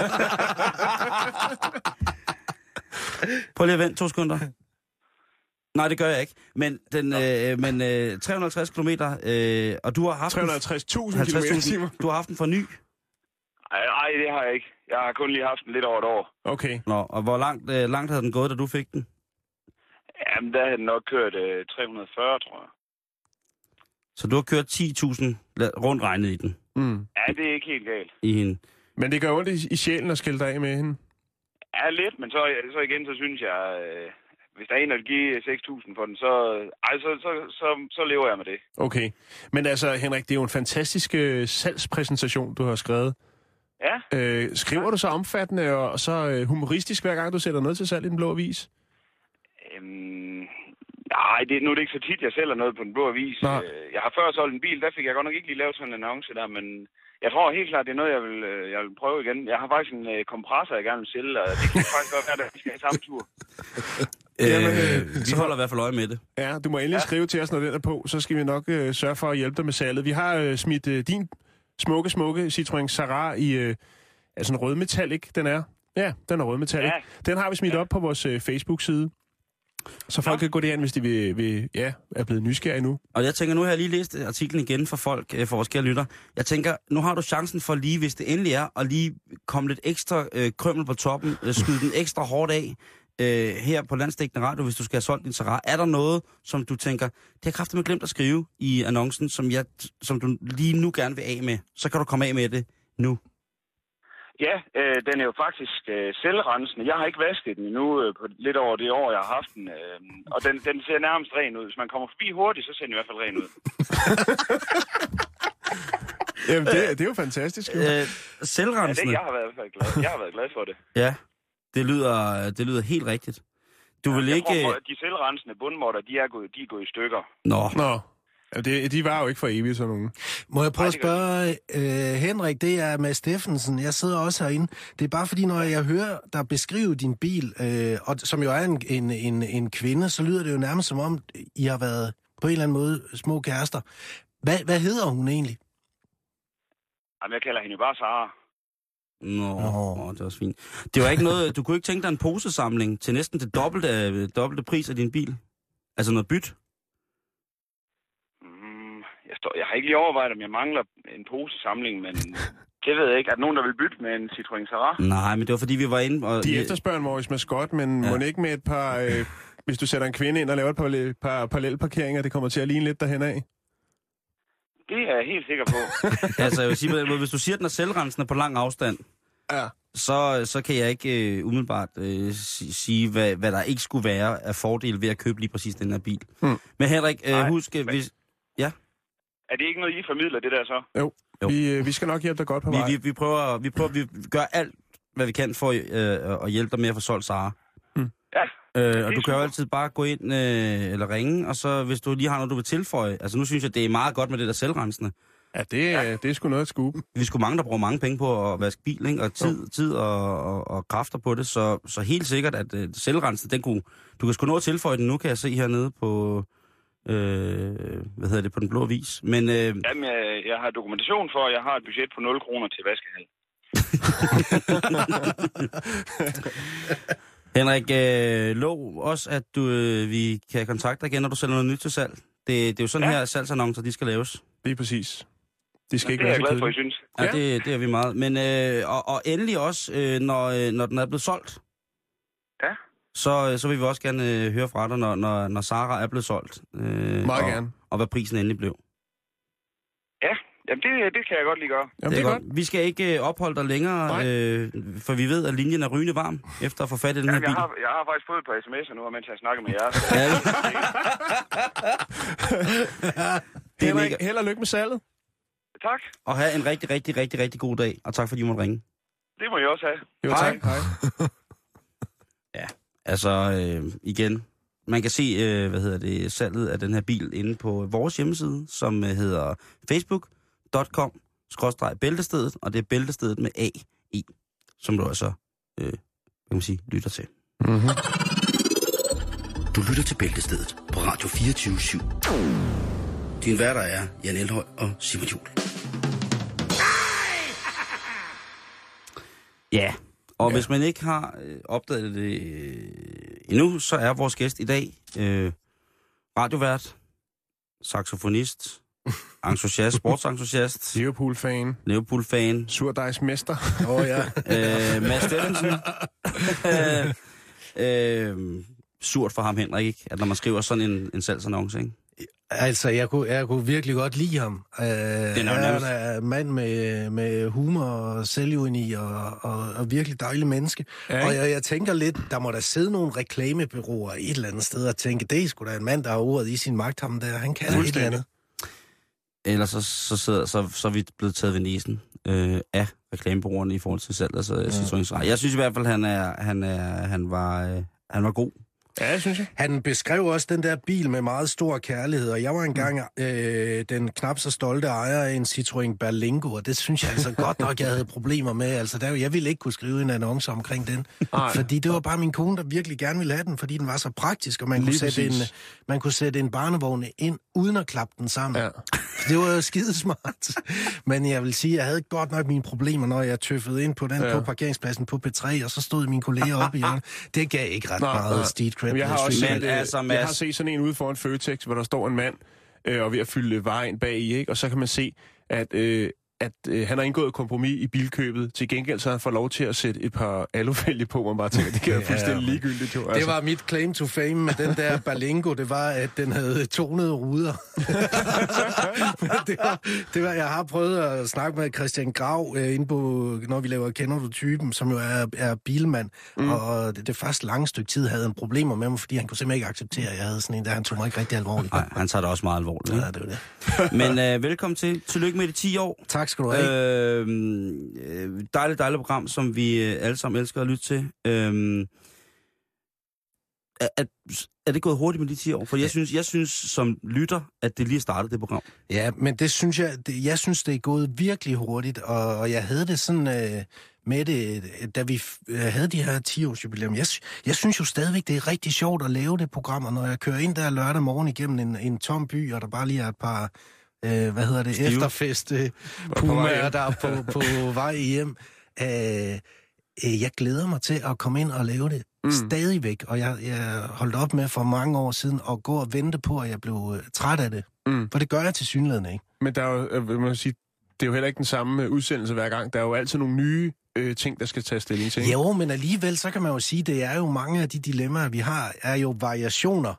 S5: Prøv lige at vente 2 sekunder. Nej, det gør jeg ikke. Men, 350 kilometer, og du har haft
S4: 350.000 kilometer.
S5: Du har haft den for ny?
S7: Nej, det har jeg ikke. Jeg har kun lige haft den lidt over et år.
S4: Okay.
S5: Nå, og hvor langt havde den gået, da du fik den?
S7: Jamen, der havde den nok kørt 340, tror jeg.
S5: Så du har kørt 10.000 rundt regnet i den?
S4: Mm.
S7: Ja, det er ikke helt galt.
S5: I hende.
S4: Men det gør ondt i sjælen at skille dig af med hende?
S7: Ja, lidt, men så igen, så synes jeg, hvis der er en, der giver 6.000 for den, så lever jeg med det.
S4: Okay. Men altså, Henrik, det er jo en fantastisk salgspræsentation, du har skrevet.
S7: Ja.
S4: Skriver du så omfattende og så humoristisk, hver gang du sætter noget til salg i Den Blå Avis?
S7: Nej, nu er det ikke så tit, jeg sælger noget på Den Blå Avis. Jeg har før solgt en bil, der fik jeg godt nok ikke lige lavet sådan en annonce der, men jeg tror helt klart, det er noget, jeg vil prøve igen. Jeg har faktisk en kompressor, jeg gerne vil sælge, og det kan faktisk godt være, at vi skal have samme tur.
S5: Vi holder i hvert fald øje med det.
S4: Ja, du må endelig skrive til os, når den er på, så skal vi nok sørge for at hjælpe dig med salget. Vi har smidt din smukke Citroën Sahara i sådan rødmetallic, den er. Ja, den er rødmetallic. Ja. Den har vi smidt op på vores Facebook-side. Så folk kan gå derind, hvis de er blevet nysgerrige nu.
S5: Og jeg tænker, nu har jeg lige læst artiklen igen for folk, for vores kære lytter. Jeg tænker, nu har du chancen for lige, hvis det endelig er, at lige komme lidt ekstra krømmel på toppen, skyde den ekstra hårdt af her på Landsdækkende Radio, hvis du skal have solgt din Sahara. Er der noget, som du tænker, det har kraftigt med glemt at skrive i annoncen, som du lige nu gerne vil af med? Så kan du komme af med det nu.
S7: Ja, den er jo faktisk selvrensende. Jeg har ikke vasket den endnu på lidt over det år, jeg har haft den. Og den ser nærmest ren ud. Hvis man kommer forbi hurtigt, så ser den i hvert fald ren ud.
S4: Jamen, det er jo fantastisk.
S5: Selvrensende?
S7: Ja, jeg har været glad for det.
S5: Ja, det lyder helt rigtigt. Du vil ikke...
S7: Jeg tror, de selvrensende bundmåtter, de er gået i stykker.
S5: Nå.
S4: De var jo ikke for evigt, sådan nogen.
S6: Må jeg prøve at spørge, Henrik, det er Mads Steffensen, jeg sidder også herinde. Det er bare fordi, når jeg hører dig beskrive din bil, og som jo er en kvinde, så lyder det jo nærmest som om, I har været på en eller anden måde små kærester. Hvad hedder hun egentlig?
S7: Jamen, jeg kalder hende jo bare Sara.
S5: Nå, det var også fint. Det var ikke noget, du kunne ikke tænke dig en posesamling til næsten det dobbelte pris af din bil? Altså noget byt?
S7: Jeg har ikke lige overvejet, om jeg mangler en posesamling, men det ved jeg ikke. Er der nogen, der vil bytte med en Citroën Sahara?
S5: Nej, men det var fordi, vi var inde og...
S4: De efterspørger en Morris Mascot, men må ikke med et par... hvis du sætter en kvinde ind og laver et par parallelparkeringer, det kommer til at ligne lidt derhen af?
S7: Det er jeg helt sikker på.
S5: Altså, jeg vil sige på den måde, hvis du siger, at den er selvrensende på lang afstand, så kan jeg ikke umiddelbart sige, hvad der ikke skulle være af fordel ved at købe lige præcis den her bil. Men Henrik, husk... Ja?
S7: Er det ikke noget, I formidler, det der så?
S4: Jo. Vi skal nok hjælpe dig godt på vej.
S5: Vi gør alt, hvad vi kan for at hjælpe dig med at få solgt Sahara.
S7: Ja.
S5: Og du kan jo altid bare gå ind eller ringe, og så hvis du lige har noget, du vil tilføje. Altså nu synes jeg, det er meget godt med det der selvrensende.
S4: Ja, det er sgu noget at skube.
S5: Vi er sgu mange, der bruger mange penge på at vaske bil, ikke? Og tid og kræfter på det. Så helt sikkert, at selvrensende, du kan sgu nå at tilføje den nu, kan jeg se hernede på... på Den Blå Avis. Men,
S7: Jamen, jeg har dokumentation for, at jeg har et budget på 0 kroner til vaskehal.
S5: Henrik, lov også, at vi kan kontakte dig igen, når du sælger noget nyt til salg. Det er jo sådan her salgsannoncer, de skal laves.
S4: Det er præcis. Det skal ikke
S7: være
S4: så
S7: glad for, I synes.
S5: Ja, det er vi meget. Men, og endelig også, når den er blevet solgt.
S7: Ja.
S5: Så vil vi også gerne høre fra dig, når Sahara er blevet solgt.
S4: Meget gerne.
S5: Og hvad prisen endelig blev.
S7: Ja, jamen det kan jeg godt lige gøre.
S4: Jamen, det er godt.
S5: Vi skal ikke opholde dig længere, for vi ved, at linjen er rygende varm, efter at få fat i den her bil.
S7: Jeg har faktisk fået et par sms'er nu, mens jeg snakker med jer.
S4: Held og lykke med salget.
S7: Tak.
S5: Og have en rigtig, rigtig, rigtig, rigtig god dag, og tak fordi I måtte ringe.
S7: Det må I også have.
S4: Jo, tak. Hej.
S5: Ja, altså igen, man kan se, salget af den her bil inde på vores hjemmeside, som hedder facebook.com/bæltestedet, og det er bæltestedet med AI, som du altså, lytter til.
S2: Mm-hmm. Du lytter til Bæltestedet på Radio 24/7. Din værter er Jan Elhøj og Simon Juhl.
S5: Ja, og hvis man ikke har opdaget det endnu, så er vores gæst i dag radiovært, saxofonist, entusiast, sportsentusiast,
S4: Liverpool-fan,
S5: surdejsmester,
S6: Ja.
S5: Mads Steffensen. Surt for ham, Henrik, ikke? At når man skriver sådan en salgsannonce, ikke?
S6: Altså, jeg kunne virkelig godt lide ham. Han er en mand med humor og selvironi og virkelig dejlig menneske. Ja, og jeg tænker lidt, der må der sidde nogle reklamebureauer et eller andet sted og tænke, det er sgu da en mand, der har ordet i sin magt, ham der. Han kan et eller andet.
S5: Ellers så er vi blevet taget ved næsen af reklamebureauerne i forhold til salg. Altså, jeg synes i hvert fald, han var god.
S4: Ja, det synes jeg.
S6: Han beskrev også den der bil med meget stor kærlighed, og jeg var engang den knap så stolte ejer af en Citroën Berlingo, og det synes jeg altså godt nok, jeg havde problemer med. Altså, jeg ville ikke kunne skrive en annonce omkring den, fordi det var bare min kone, der virkelig gerne ville have den, fordi den var så praktisk, og man kunne sætte en barnevogn ind, uden at klappe den sammen. Ja. Det var jo skidesmart. Men jeg vil sige, jeg havde godt nok mine problemer, når jeg tøffede ind på den på parkeringspladsen på P3, og så stod mine kolleger oppe i hjørnet. Det gav ikke ret meget street cred.
S4: Jeg har også jeg har set sådan en ude foran Føtex, hvor der står en mand og ved at fylde varer ind bag i, ikke? Og så kan man se, at han har indgået et kompromis i bilkøbet. Til gengæld så har han fået lov til at sætte et par alufælge på, man bare tænker, det kan fuldstændig ligegyldigt. Jo, altså.
S6: Det var mit claim to fame med den der Berlingo, det var, at den havde tonede ruder. det var, jeg har prøvet at snakke med Christian Grav inde på, når vi laver Kender du typen, som jo er bilmand, og det første lange stykke tid havde han problemer med mig, fordi han kunne simpelthen ikke acceptere, at jeg havde sådan en der, han tog mig ikke rigtig alvorligt.
S5: Nej, han tager det også meget alvorligt.
S6: Ja, det var det.
S5: Men velkommen til. Tillykke med de 10 år.
S6: Tak skal du have.
S5: Dejligt program, som vi alle sammen elsker at lytte til. Er det gået hurtigt med de 10 år? For jeg synes som lytter, at det lige startede det program.
S6: Ja, men det synes jeg synes, det er gået virkelig hurtigt, og jeg havde det sådan med det, da vi havde de her 10-års jubilæum. Jeg synes jo stadigvæk, det er rigtig sjovt at lave det program, og når jeg kører ind der lørdag morgen igennem en tom by, og der bare lige er et par efterfest pumaer, der er på vej hjem. Jeg glæder mig til at komme ind og lave det stadigvæk, og jeg holdt op med for mange år siden at gå og vente på, at jeg blev træt af det. For det gør jeg tilsyneladende ikke.
S4: Men der er jo, vil man sige, det er jo heller ikke den samme udsendelse hver gang. Der er jo altid nogle nye ting, der skal tage stilling til.
S6: Jo, men alligevel, så kan man jo sige, det er jo mange af de dilemmaer, vi har, er jo variationer.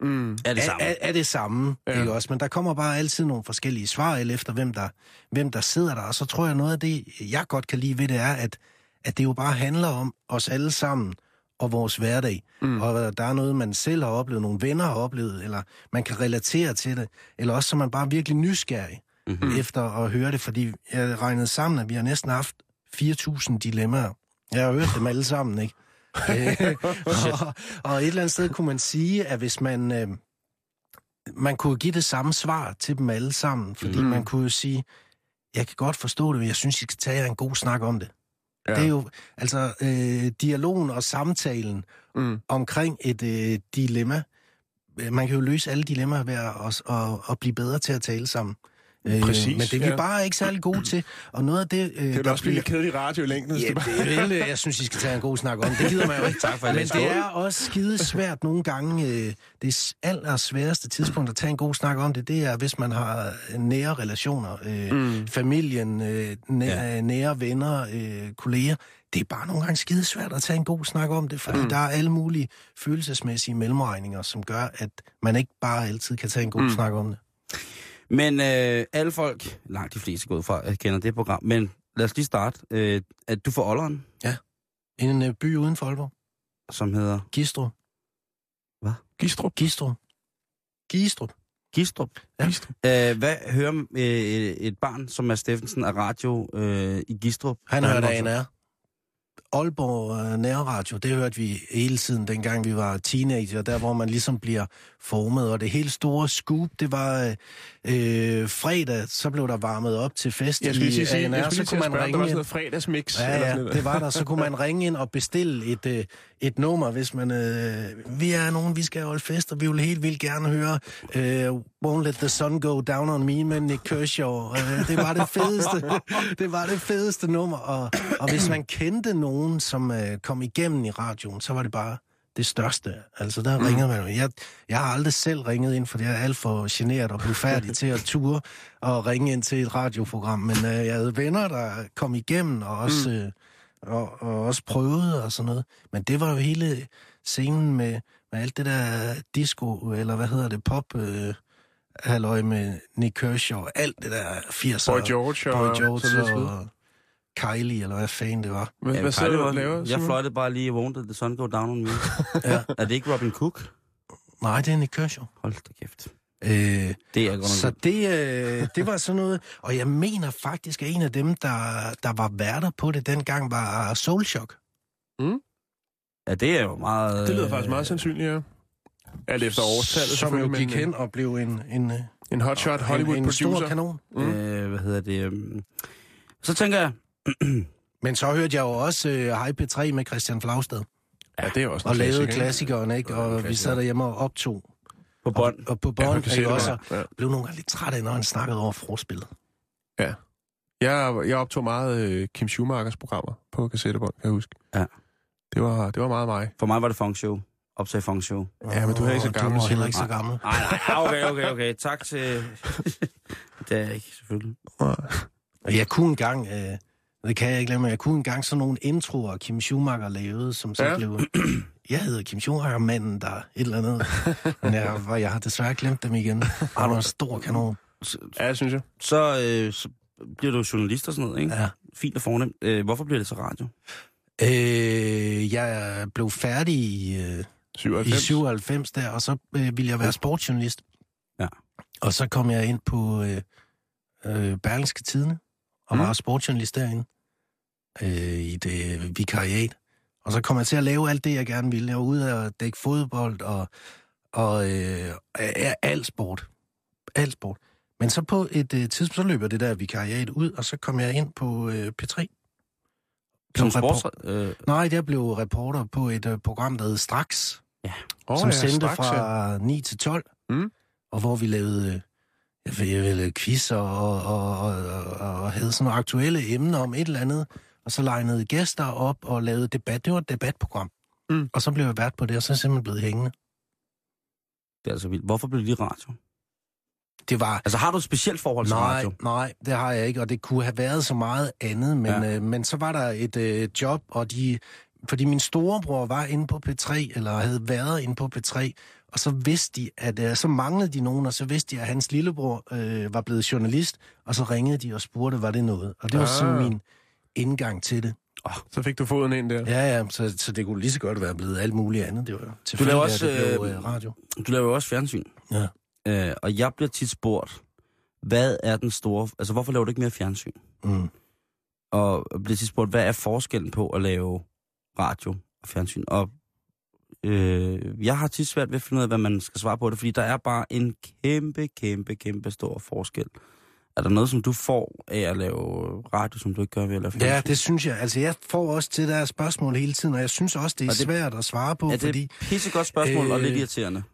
S6: Er det samme, ja. Ikke også? Men der kommer bare altid nogle forskellige svar, eller efter hvem der sidder der. Og så tror jeg, noget af det, jeg godt kan lide ved det, er, at det jo bare handler om os alle sammen og vores hverdag. Og der er noget, man selv har oplevet, nogle venner har oplevet, eller man kan relatere til det, eller også så man bare virkelig nysgerrig efter at høre det, fordi jeg regnede sammen, at vi har næsten haft 4.000 dilemmaer. Jeg har hørt dem alle sammen, ikke? og et eller andet sted kunne man sige, at hvis man kunne give det samme svar til dem alle sammen, fordi man kunne sige, jeg kan godt forstå det, men jeg synes, I skal tage en god snak om det. Ja. Det er jo, altså, dialogen og samtalen omkring et dilemma. Man kan jo løse alle dilemmaer ved at blive bedre til at tale sammen.
S4: Præcis,
S6: men det er vi bare ikke særlig gode til. Og noget af det...
S4: det vil også blive lidt kedeligt radio i længden.
S6: Ja, det jeg synes, I skal tage en god snak om. Det gider man jo ikke. Tak for men det er også skide svært nogle gange. Det allersværeste tidspunkt at tage en god snak om det er, hvis man har nære relationer. Familien, nære venner, kolleger. Det er bare nogle gange skide svært at tage en god snak om det, fordi der er alle mulige følelsesmæssige mellemregninger, som gør, at man ikke bare altid kan tage en god snak om det.
S5: Men alle folk, langt de fleste går ud fra, kender det program. Men lad os lige starte. At du får Olleren.
S6: Ja. En by uden for Aalborg.
S5: Som hedder?
S6: Gistrup.
S5: Hvad?
S6: Gistrup.
S5: Ja. Hvad hører et barn, som er Steffensen af radio i Gistrup?
S6: Han hører der ANR. Aalborg Nærradio, det hørte vi hele tiden, dengang vi var teenager, der hvor man ligesom bliver formet, og det helt store scoop, det var fredag, så blev der varmet op til fest i ANR, så kunne man ringe ind.
S4: Fredagsmix.
S6: Ja, det var der, så kunne man ringe ind og bestille et nummer, hvis man, vi er nogen, vi skal holde fest, og vi vil helt vildt gerne høre Won't Let the Sun Go Down on Me med Nick Kershaw. Det var det fedeste, det var det fedeste nummer, og hvis man kendte nogen, som kom igennem i radioen, så var det bare det største. Altså, der ringede man. Jeg har aldrig selv ringet ind, for jeg er alt for generet og blev færdig til at ture og ringe ind til et radioprogram. Men jeg havde venner, der kom igennem og også, og også prøvede og sådan noget. Men det var jo hele scenen med alt det der disco, eller hvad hedder det, pop... halløj med Nick Kershaw, alt det der 80'er.
S4: Boy George
S6: og Kylie, eller hvad fanden det var.
S4: Hvad sidder du og laver?
S5: Jeg fløjtede bare lige Won't Let the Sun Go Down on Me.
S6: Ja.
S5: Er det ikke Robin Cook?
S6: Nej, det er Nick Kershaw.
S5: Hold da kæft.
S6: Det er godt. Så det var sådan noget, og jeg mener faktisk, at en af dem, der var værter på det dengang, var Soul Shock.
S5: Ja, det er jo meget...
S4: Det lyder faktisk meget sandsynligt, ja. Alt efter årstallet,
S6: som jo gik hen og blev
S4: en hotshot Hollywood-producer.
S6: En stor kanon.
S5: Hvad hedder det? Så tænker jeg...
S6: Men så hørte jeg jo også Hej P3 med Christian Flagstad.
S4: Ja, det er også
S6: og lavede klassikeren, ikke? Og vi sad derhjemme og optog.
S5: På bånd.
S6: Og på bånd, ja, også. Ja. Blev nogle gange lidt træt af, når han snakkede over forspillet.
S4: Ja. Jeg optog meget Kim Schumachers programmer på kassettebånd, kan jeg huske.
S5: Ja.
S4: Det var meget mig.
S5: For mig var det funkshow. Optag funkshow.
S4: Ja, men du er ikke så gammel.
S6: Du er heller ikke så gammel.
S5: Nej, okay. Tak til... Det er jeg ikke, selvfølgelig.
S6: Og jeg kunne engang... det kan jeg ikke glemme, jeg kunne engang sådan nogle introer, Kim Schumacher lavede, som så blev... Jeg hedder Kim Schumacher, manden der et eller andet. Men jeg har desværre glemt dem igen. Han var en stor kanon.
S4: Ja, synes jeg.
S5: Så bliver du journalist og sådan noget, ikke?
S6: Ja.
S5: Fint og fornemt. Hvorfor bliver det så radio?
S6: Jeg blev færdig i 97 der, og så ville jeg være sportsjournalist.
S5: Ja.
S6: Og så kom jeg ind på Berlingske Tidende, og var sportsjournalist derinde i det vikariat. Og så kom jeg til at lave alt det, jeg gerne ville. Jeg var ude og dække fodbold og alt sport. Alt sport. Men så på et tidspunkt, så løber det der vikariat ud, og så kom jeg ind på P3.
S5: Som sports...
S6: Nej, jeg blev reporter på et program, der hed Straks.
S5: Ja.
S6: Som sendte fra 9 til 12. Og hvor vi lavede quiz og havde sådan nogle aktuelle emner om et eller andet. Og så legnede gæster op og lavede debat. Det var et debatprogram. Og så blev jeg vært på det, og så er jeg simpelthen blevet hængende.
S5: Det er altså vildt. Hvorfor blev det lige radio?
S6: Det var...
S5: Altså, har du et specielt forhold til radio?
S6: Nej, det har jeg ikke, og det kunne have været så meget andet, men så var der et job, og fordi min storebror var inde på P3, eller havde været inde på P3, og så vidste de, at så manglede de nogen, og så vidste de, at hans lillebror var blevet journalist, og så ringede de og spurgte, var det noget? Og det var sådan min indgang til det.
S4: Så fik du foden ind der.
S6: Ja, så det kunne lige så godt være blevet alt muligt andet. Det var tilfældigt, at det blev radio.
S5: Du laver jo også fjernsyn.
S6: Ja.
S5: Og jeg bliver tit spurgt, hvad er den store... Altså, hvorfor laver du ikke mere fjernsyn? Og bliver tit spurgt, hvad er forskellen på at lave radio og fjernsyn? Og jeg har tit svært ved at finde ud af, hvad man skal svare på det, fordi der er bare en kæmpe stor forskel. Er der noget, som du får af at lave radio, som du ikke gør ved at lave fjernsyn?
S6: Ja, det synes jeg. Altså, jeg får også til der spørgsmål hele tiden, og jeg synes også, det er svært at svare på,
S5: fordi... det er et pissegodt spørgsmål og lidt irriterende?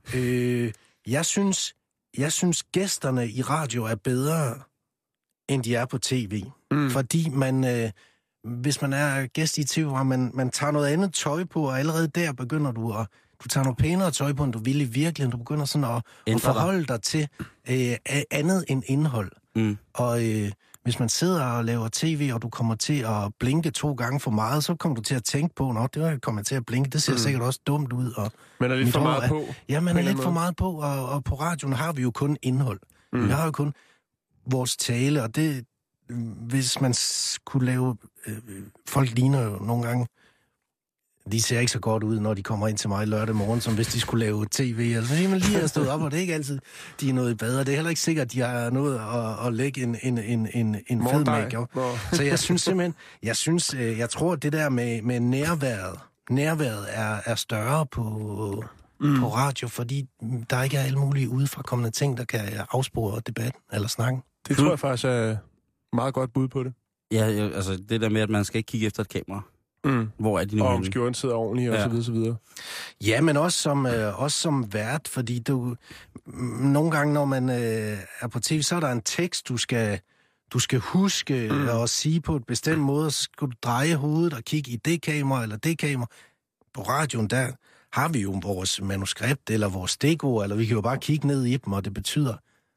S6: Jeg synes, gæsterne i radio er bedre, end de er på tv. Fordi hvis man er gæst i tv, hvor man tager noget andet tøj på, og allerede der begynder du tager noget pænere tøj på, end du vil i virkeligheden. Du begynder sådan at forholde dig til andet end indhold. Og hvis man sidder og laver tv, og du kommer til at blinke 2 gange for meget, så kommer du til at tænke på, det kommer til at blinke, det ser sikkert også dumt ud. Og
S4: man er lidt for meget på.
S6: Ja, man er lidt for meget på, og på radioen har vi jo kun indhold. Vi har jo kun vores tale, og det, hvis man kunne lave... folk ligner jo nogle gange... De ser ikke så godt ud, når de kommer ind til mig lørdag morgen, som hvis de skulle lave tv. Altså, fordi man lige har stået op, og det er ikke altid, de er noget bedre. Det er heller ikke sikkert, at de har noget at lægge en fed make-up. Så jeg synes simpelthen, jeg tror, at det der med nærværet er større på radio, fordi der ikke er alle mulige udefrakommende ting, der kan afspore debatten eller snakken.
S4: Det tror jeg faktisk er meget godt bud på det.
S5: Ja, altså det der med, at man skal ikke kigge efter et kamera. Hvor er de nu?
S4: Og om skjorten sidder ordentligt, og så videre.
S6: Ja, men også som vært, fordi nogle gange, når man er på tv, så er der en tekst, du skal huske at sige på et bestemt måde, og så skal du dreje hovedet og kigge i det kamera eller det kamera. På radioen, der har vi jo vores manuskript eller vores deko, eller vi kan jo bare kigge ned i dem, og det betyder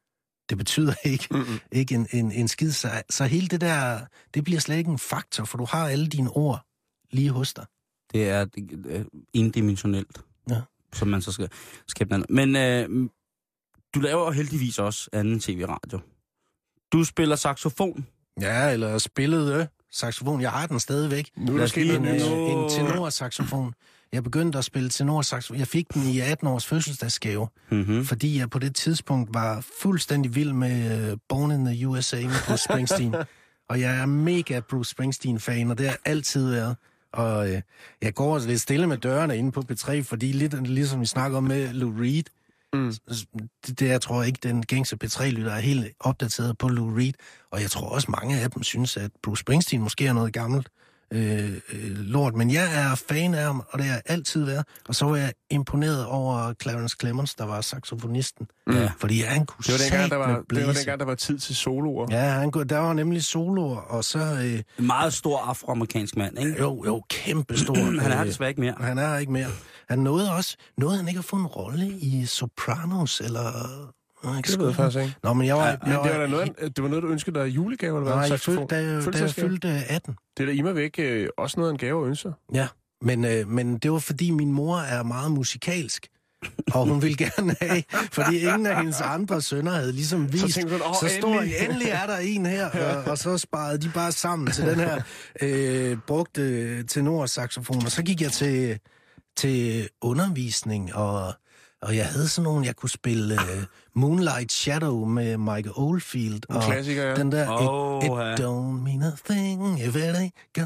S6: ikke en skid. Så hele det der, det bliver slet ikke en faktor, for du har alle dine ord lige hos dig.
S5: Det er endimensionelt, som man så skal skabe noget. Men du laver heldigvis også anden tv-radio. Du spiller saxofon.
S6: Ja, eller spillede saxofon. Jeg har den stadigvæk.
S4: Nu er der sket
S6: en tenorsaxofon. Jeg begyndte at spille tenorsaxofon. Jeg fik den i 18 års fødselsdagsgave, fordi jeg på det tidspunkt var fuldstændig vild med Born in the USA med Bruce Springsteen. Og jeg er mega Bruce Springsteen-fan, og det har altid været. Og jeg går lidt stille med dørene inde på P3, fordi lidt ligesom vi snakker om med Lou Reed, det jeg tror ikke, den gængse P3-lytter er helt opdateret på Lou Reed. Og jeg tror også, mange af dem synes, at Bruce Springsteen måske er noget gammelt lort. Men jeg er fan af ham, og det har jeg altid været. Og så var jeg imponeret over Clarence Clemons, der var saxofonisten.
S5: Ja.
S6: Fordi han kunne
S4: det var dengang, der var tid til soloer.
S6: Ja, der var nemlig soloer, og så...
S5: En meget stor afroamerikansk mand, ikke?
S6: Jo, kæmpe stor.
S5: Han er desværre ikke mere.
S6: Han er ikke mere. Han nåede han ikke at få en rolle i Sopranos, eller...
S4: Det ved jeg faktisk ikke.
S6: Nå, men det
S4: var noget, du ønskede dig julegave, eller hvad?
S6: Da jeg fyldte 18.
S4: Det er da immer væk også noget af en gave at ønske.
S6: Ja, men det var fordi min mor er meget musikalsk. Og hun ville gerne have, fordi ingen af hendes andre sønner havde ligesom vist. Så endelig er der en her, og så sparede de bare sammen til den her brugte tenorsaxofon. Og så gik jeg til undervisning, og jeg havde sådan nogle, jeg kunne spille Moonlight Shadow med Mike Oldfield.
S4: En klassiker, ja.
S6: Den der, it don't mean a thing if it ain't...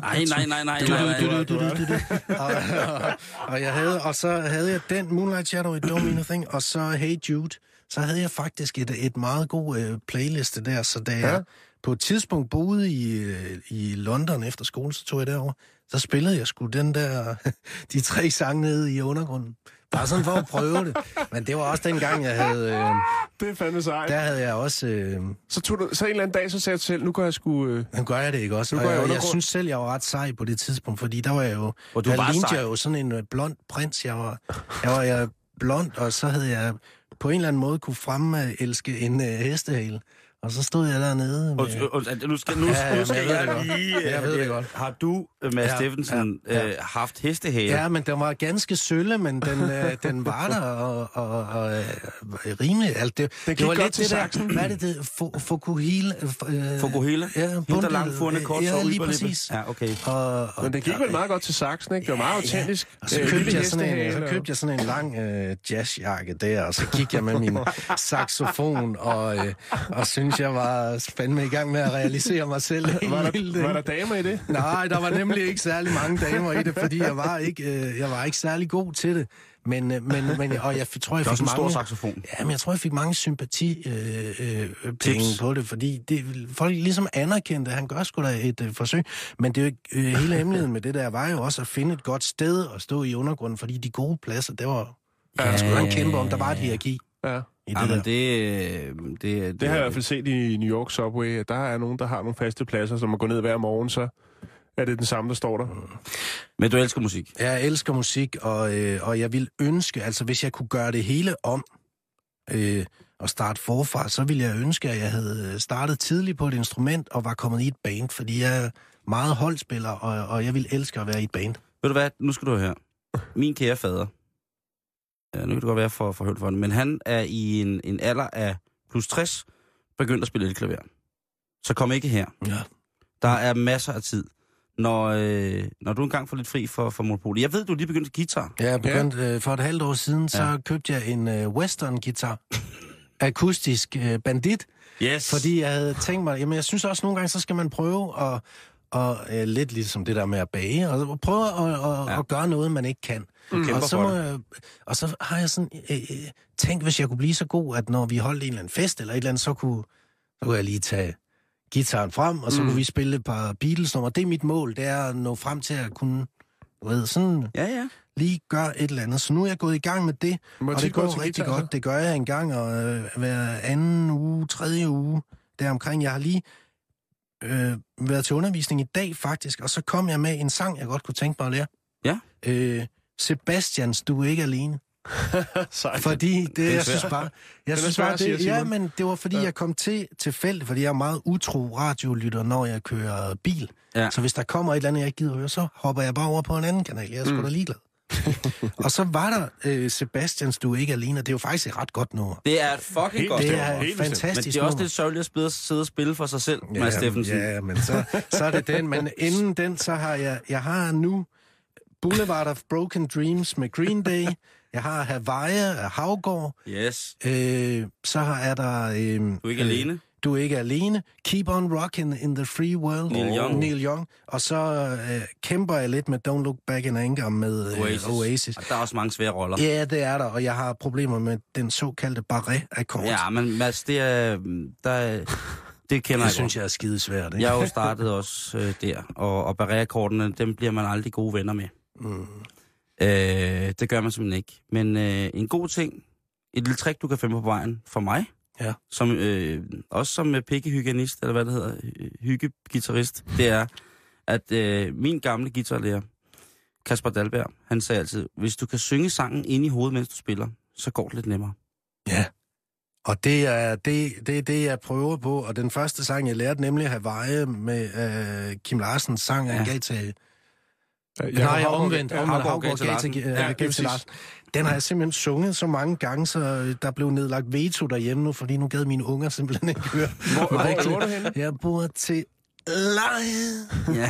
S6: Og jeg havde, og så havde jeg den Moonlight Shadow, it don't mean a thing, og så Hey Jude. Så havde jeg faktisk et meget god playliste der, så da jeg på et tidspunkt boede i London efter skole, så tog jeg derover. Så spillede jeg sgu den der, de 3 sange nede i undergrunden. Bare sådan for at prøve det. Men det var også dengang, jeg havde...
S4: det er fandme sejt.
S6: Der havde jeg også...
S4: Så en eller anden dag, så sagde jeg til selv, nu gør jeg sgu... Nu
S6: gør jeg det ikke også. Jeg synes selv, jeg var ret sej på det tidspunkt, fordi der var jeg jo... Og der lignede jeg jo sådan en blond prins. Jeg var blond, og så havde jeg på en eller anden måde kunne fremelske en hestehale. Og så stod jeg dernede med...
S5: Nu skal jeg lige...
S6: Jeg ved det godt.
S5: Har du, Mads Steffensen, haft hestehale?
S6: Ja, men den var ganske sølle, men den var der og rimelig... Altså, det var lidt til saksen. Hvad er det? Fokuhila?
S5: Fokuhila?
S6: Ja,
S5: hende, der langt forne kort for
S6: lige præcis.
S5: Ja, okay.
S4: Men det gik vel meget godt til saksen, ikke? Det var meget autentisk.
S6: Og så købte jeg sådan en lang jazzjakke der, og så gik jeg med min saxofon og synes jeg var fandme i gang med at realisere mig selv.
S4: Var der damer i det?
S6: Nej, der var nemlig ikke særlig mange damer i det, fordi jeg var ikke særlig god til det. Men og jeg tror, jeg fik mange...
S5: stor saxofon.
S6: Ja, men jeg tror, jeg fik mange sympati-penge på det, fordi folk ligesom anerkendte, at han gør sgu da et forsøg. Men det er jo hele hemmeligheden med det der, var jo også at finde et godt sted at stå i undergrunden, fordi de gode pladser, det var... Der skulle en kæmpe om, der var et hierarki.
S5: Ja. Det
S4: har jeg i hvert fald set i New York Subway. Der er nogen, der har nogle faste pladser, som man går ned hver morgen, så er det den samme, der står der.
S5: Men du elsker musik?
S6: Jeg elsker musik, og jeg vil ønske, altså hvis jeg kunne gøre det hele om og starte forfra, så ville jeg ønske, at jeg havde startet tidligt på et instrument og var kommet i et band, fordi jeg er meget holdspiller, og jeg vil elske at være i et band.
S5: Ved du hvad, nu skal du høre. Min kære fader, nu kan det godt være for højt for den, men han er i en alder af plus 60 begyndt at spille elklaver. Så kom ikke her.
S6: Ja.
S5: Der er masser af tid. Når du engang får lidt fri for Monopoly. Jeg ved, du lige begyndt guitar.
S6: Ja, jeg begyndte for et halvt år siden, så købte jeg en western-guitar. Akustisk bandit.
S5: Yes.
S6: Fordi jeg havde tænkt mig, jamen jeg synes også nogle gange, så skal man prøve og lidt ligesom det der med at bage, og prøve at gøre noget, man ikke kan. Og så har jeg sådan tænkt, hvis jeg kunne blive så god, at når vi holdt en eller anden fest eller et eller andet, så kunne jeg lige tage guitaren frem, og så kunne vi spille et par Beatles-nummer. Det er mit mål, det er at nå frem til at kunne, lige gøre et eller andet. Så nu er jeg gået i gang med det, og det går rigtig godt. Det gør jeg en gang, og hver anden uge, tredje uge, deromkring. Jeg har lige været til undervisning i dag, faktisk, og så kom jeg med en sang, jeg godt kunne tænke mig at lære.
S5: Ja.
S6: Sebastians, du er ikke alene. Fordi det, jeg synes bare... men det var fordi, jeg kom til tilfældigt, fordi jeg er meget utro radiolytter, når jeg kører bil. Ja. Så hvis der kommer et eller andet, jeg ikke gider høre, så hopper jeg bare over på en anden kanal. Jeg er sgu da ligeglad. Og så var der Sebastians, du er ikke alene. Det er jo faktisk et ret godt nummer.
S5: Det er et fucking godt nummer.
S6: Det er et fantastisk nummer.
S5: Men det er også lidt sørgeligt at sidde og spille for sig selv, Mads Steffensen.
S6: Ja, men så er det den. Men inden den, så har jeg har nu Boulevard of Broken Dreams med Green Day. Jeg har Hawaii af Havgård.
S5: Yes.
S6: Så er der...
S5: Du er ikke alene.
S6: Du er ikke alene. Keep on Rockin' in the Free World. Neil Young. Og så kæmper jeg lidt med Don't Look Back in Anger med Oasis.
S5: Og der er også mange svære roller.
S6: Ja, det er der. Og jeg har problemer med den såkaldte barré-akkord.
S5: Ja, men Mads, det kender jeg
S6: Det synes jeg er skidesvært, ikke?
S5: Jeg har jo startet også der. Og barré-akkordene, dem bliver man aldrig gode venner med. Det gør man simpelthen ikke. Men en god ting, et lille trick, du kan finde på vejen for mig, som, også som pikkehygienist, eller hvad det hedder, hyggegitarrist, det er, at min gamle guitarlærer, Kasper Dahlberg, han sagde altid, hvis du kan synge sangen ind i hovedet, mens du spiller, så går det lidt nemmere.
S6: Ja, og det er det, jeg prøver på, og den første sang, jeg lærte, nemlig Hawaii med Kim Larsens sang, han gav til... omvendt. Havgård gav til Larsen. Den har jeg simpelthen sunget så mange gange, så der blev nedlagt veto derhjemme nu, fordi nu gad mine unger simpelthen ikke høre.
S4: Hvor bor du henne?
S6: Jeg bor til leje.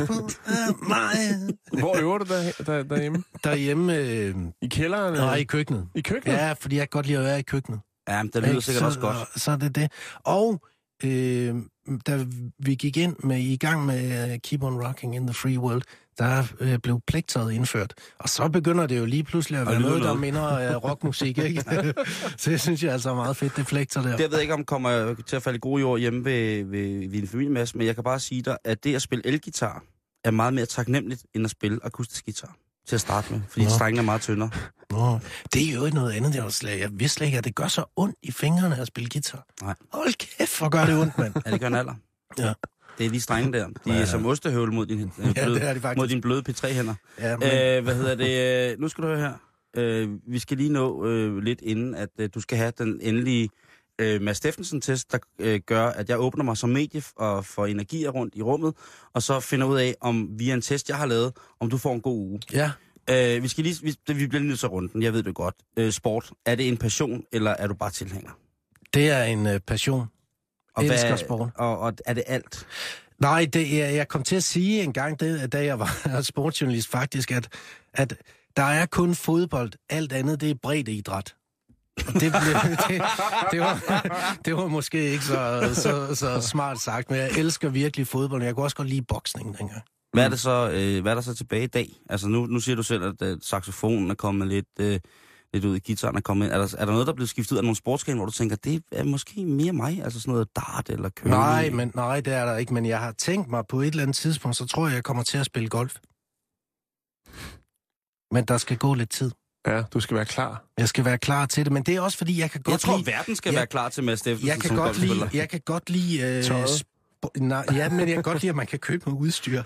S4: Hvor øver du derhjemme?
S6: Derhjemme...
S4: I kælderen?
S6: Nej, i køkkenet.
S4: I køkkenet?
S6: Ja, fordi jeg kan godt lide at være i køkkenet.
S5: Ja, men det lyder sikkert også godt.
S6: Så er det. Og da vi gik i gang med Keep on Rocking in the Free World, der blev pligttøjet indført. Og så begynder det jo lige pludselig at være noget, der minder rockmusik, ikke? Så det synes jeg altså er meget fedt, det pligter der.
S5: Det jeg ved ikke, om kommer til at falde i gode jord hjemme ved din familie, Mads, men jeg kan bare sige dig, at det at spille elgitar er meget mere taknemmeligt, end at spille akustisk guitar. Til at starte med, fordi strengene er meget tyndere.
S6: Det er jo ikke noget andet. Jeg vidste slet ikke, at det gør så ondt i fingrene at spille guitar. Nej. Hold kæft, hvor gør det ondt, mand.
S5: Ja, det gør en alder.
S6: Ja.
S5: Det er de strenge der. De er som ostehøvl mod mod din bløde P3-hænder. Ja, nu skal du høre her. Vi skal lige nå lidt inden, at du skal have den endelige Mads Steffensen-test, der gør, at jeg åbner mig som medie og får energier rundt i rummet, og så finder ud af, om via en test, jeg har lavet, om du får en god uge.
S6: Ja.
S5: Vi bliver lige nødt til runden. Jeg ved det godt. Sport. Er det en passion, eller er du bare tilhænger?
S6: Det er en passion. Jeg elsker sport.
S5: Og er det alt?
S6: Nej, jeg kom til at sige en gang, da jeg var sportsjournalist faktisk, at der er kun fodbold. Alt andet, det er breddeidræt. Det var måske ikke så smart sagt, men jeg elsker virkelig fodbold. Jeg kunne også godt lide boksning dengang.
S5: Hvad er der så tilbage i dag? Altså nu siger du selv, at saxofonen er kommet lidt ud i guitaren er kommet ind. Er der noget, der er blevet skiftet ud af nogle sportsgrene, hvor du tænker, det er måske mere mig? Altså sådan noget dart eller curling?
S6: Nej, det er der ikke. Men jeg har tænkt mig på et eller andet tidspunkt, så tror jeg kommer til at spille golf. Men der skal gå lidt tid.
S4: Ja, du skal være klar.
S6: Jeg skal være klar til det, men det er også fordi, jeg kan godt lide...
S5: Jeg tror, verden skal være klar til Mads Steffensen som golfspiller.
S6: Jeg kan godt lide... Nej, ja, men jeg kan godt lide, at man kan købe noget udstyr.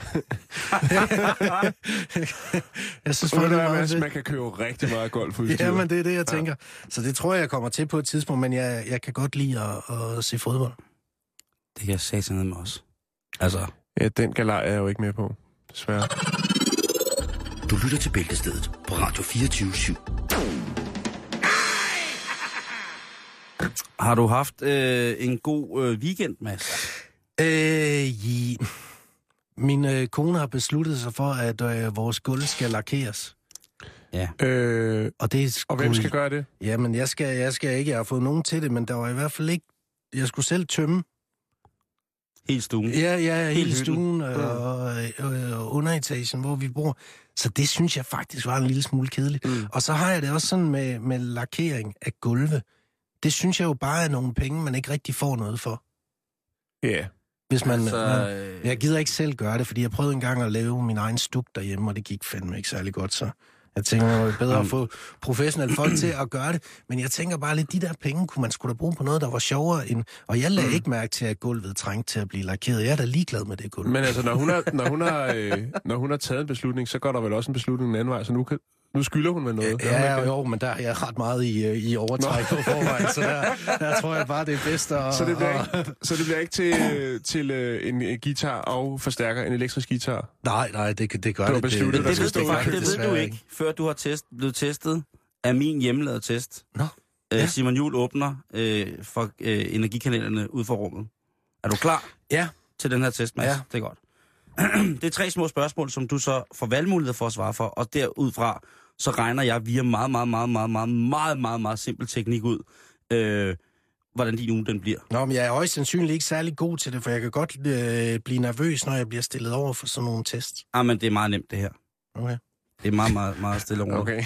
S6: Jeg synes,
S4: man kan købe rigtig meget golfudstyr.
S6: Ja, men det er det, jeg tænker. Så det tror jeg kommer til på et tidspunkt, men jeg kan godt lide at se fodbold.
S5: Det kan jeg satse med også. Altså...
S4: Ja, den galej er jeg jo ikke med på, desværre.
S2: Du lytter til Bæltestedet på Radio 24/7.
S5: Har du haft en god weekend, Mads?
S6: Min kone har besluttet sig for, at vores gulv skal lakeres.
S5: Ja.
S4: Og hvem skal gøre det?
S6: Jamen, jeg skal ikke. Jeg har fået nogen til det, men der var i hvert fald ikke... Jeg skulle selv tømme.
S5: Hele stuen?
S6: Ja, hele stuen og underetagen, hvor vi bor. Så det synes jeg faktisk var en lille smule kedeligt. Og så har jeg det også sådan med lakering af gulve. Det synes jeg jo bare er nogle penge, man ikke rigtig får noget for.
S4: Ja. Yeah.
S6: Hvis man, jeg gider ikke selv gøre det, fordi jeg prøvede engang at lave min egen stuk derhjemme, og det gik fandme ikke særlig godt, så jeg tænker, det var bedre at få professionelle folk til at gøre det. Men jeg tænker bare lidt, de der penge kunne man skulle da bruge på noget, der var sjovere end... Og jeg lagde ikke mærke til, at gulvet trængte til at blive lakeret. Jeg er da ligeglad med det gulv.
S4: Men altså, når hun har taget en beslutning, så går der vel også en beslutning en anden vej. Så Nu skylder hun med noget.
S6: Jo, men der er jeg ret meget i overtræk på forvejen, så der tror jeg bare, det er bedst at...
S4: Så det bliver ikke til en guitar og forstærker, en elektrisk guitar?
S6: Nej, det gør
S4: du
S6: det.
S5: Det ved du ikke, før du har blevet testet af min hjemmelavede test.
S6: Nå. Ja.
S5: Simon Juhl åbner for energikanalerne ud for rummet. Er du klar?
S6: Ja.
S5: Til den her test, Mads?
S6: Ja.
S5: Det er godt. Det er 3 små spørgsmål, som du så får valgmulighed for at svare for, og derudfra så regner jeg via meget simpel teknik ud, hvordan din uge den bliver.
S6: Nå, men jeg er højst sandsynligt ikke særlig god til det, for jeg kan godt blive nervøs, når jeg bliver stillet over for sådan nogle tests.
S5: Men det er meget nemt, det her.
S6: Okay.
S5: Det er meget stille over.
S4: Okay.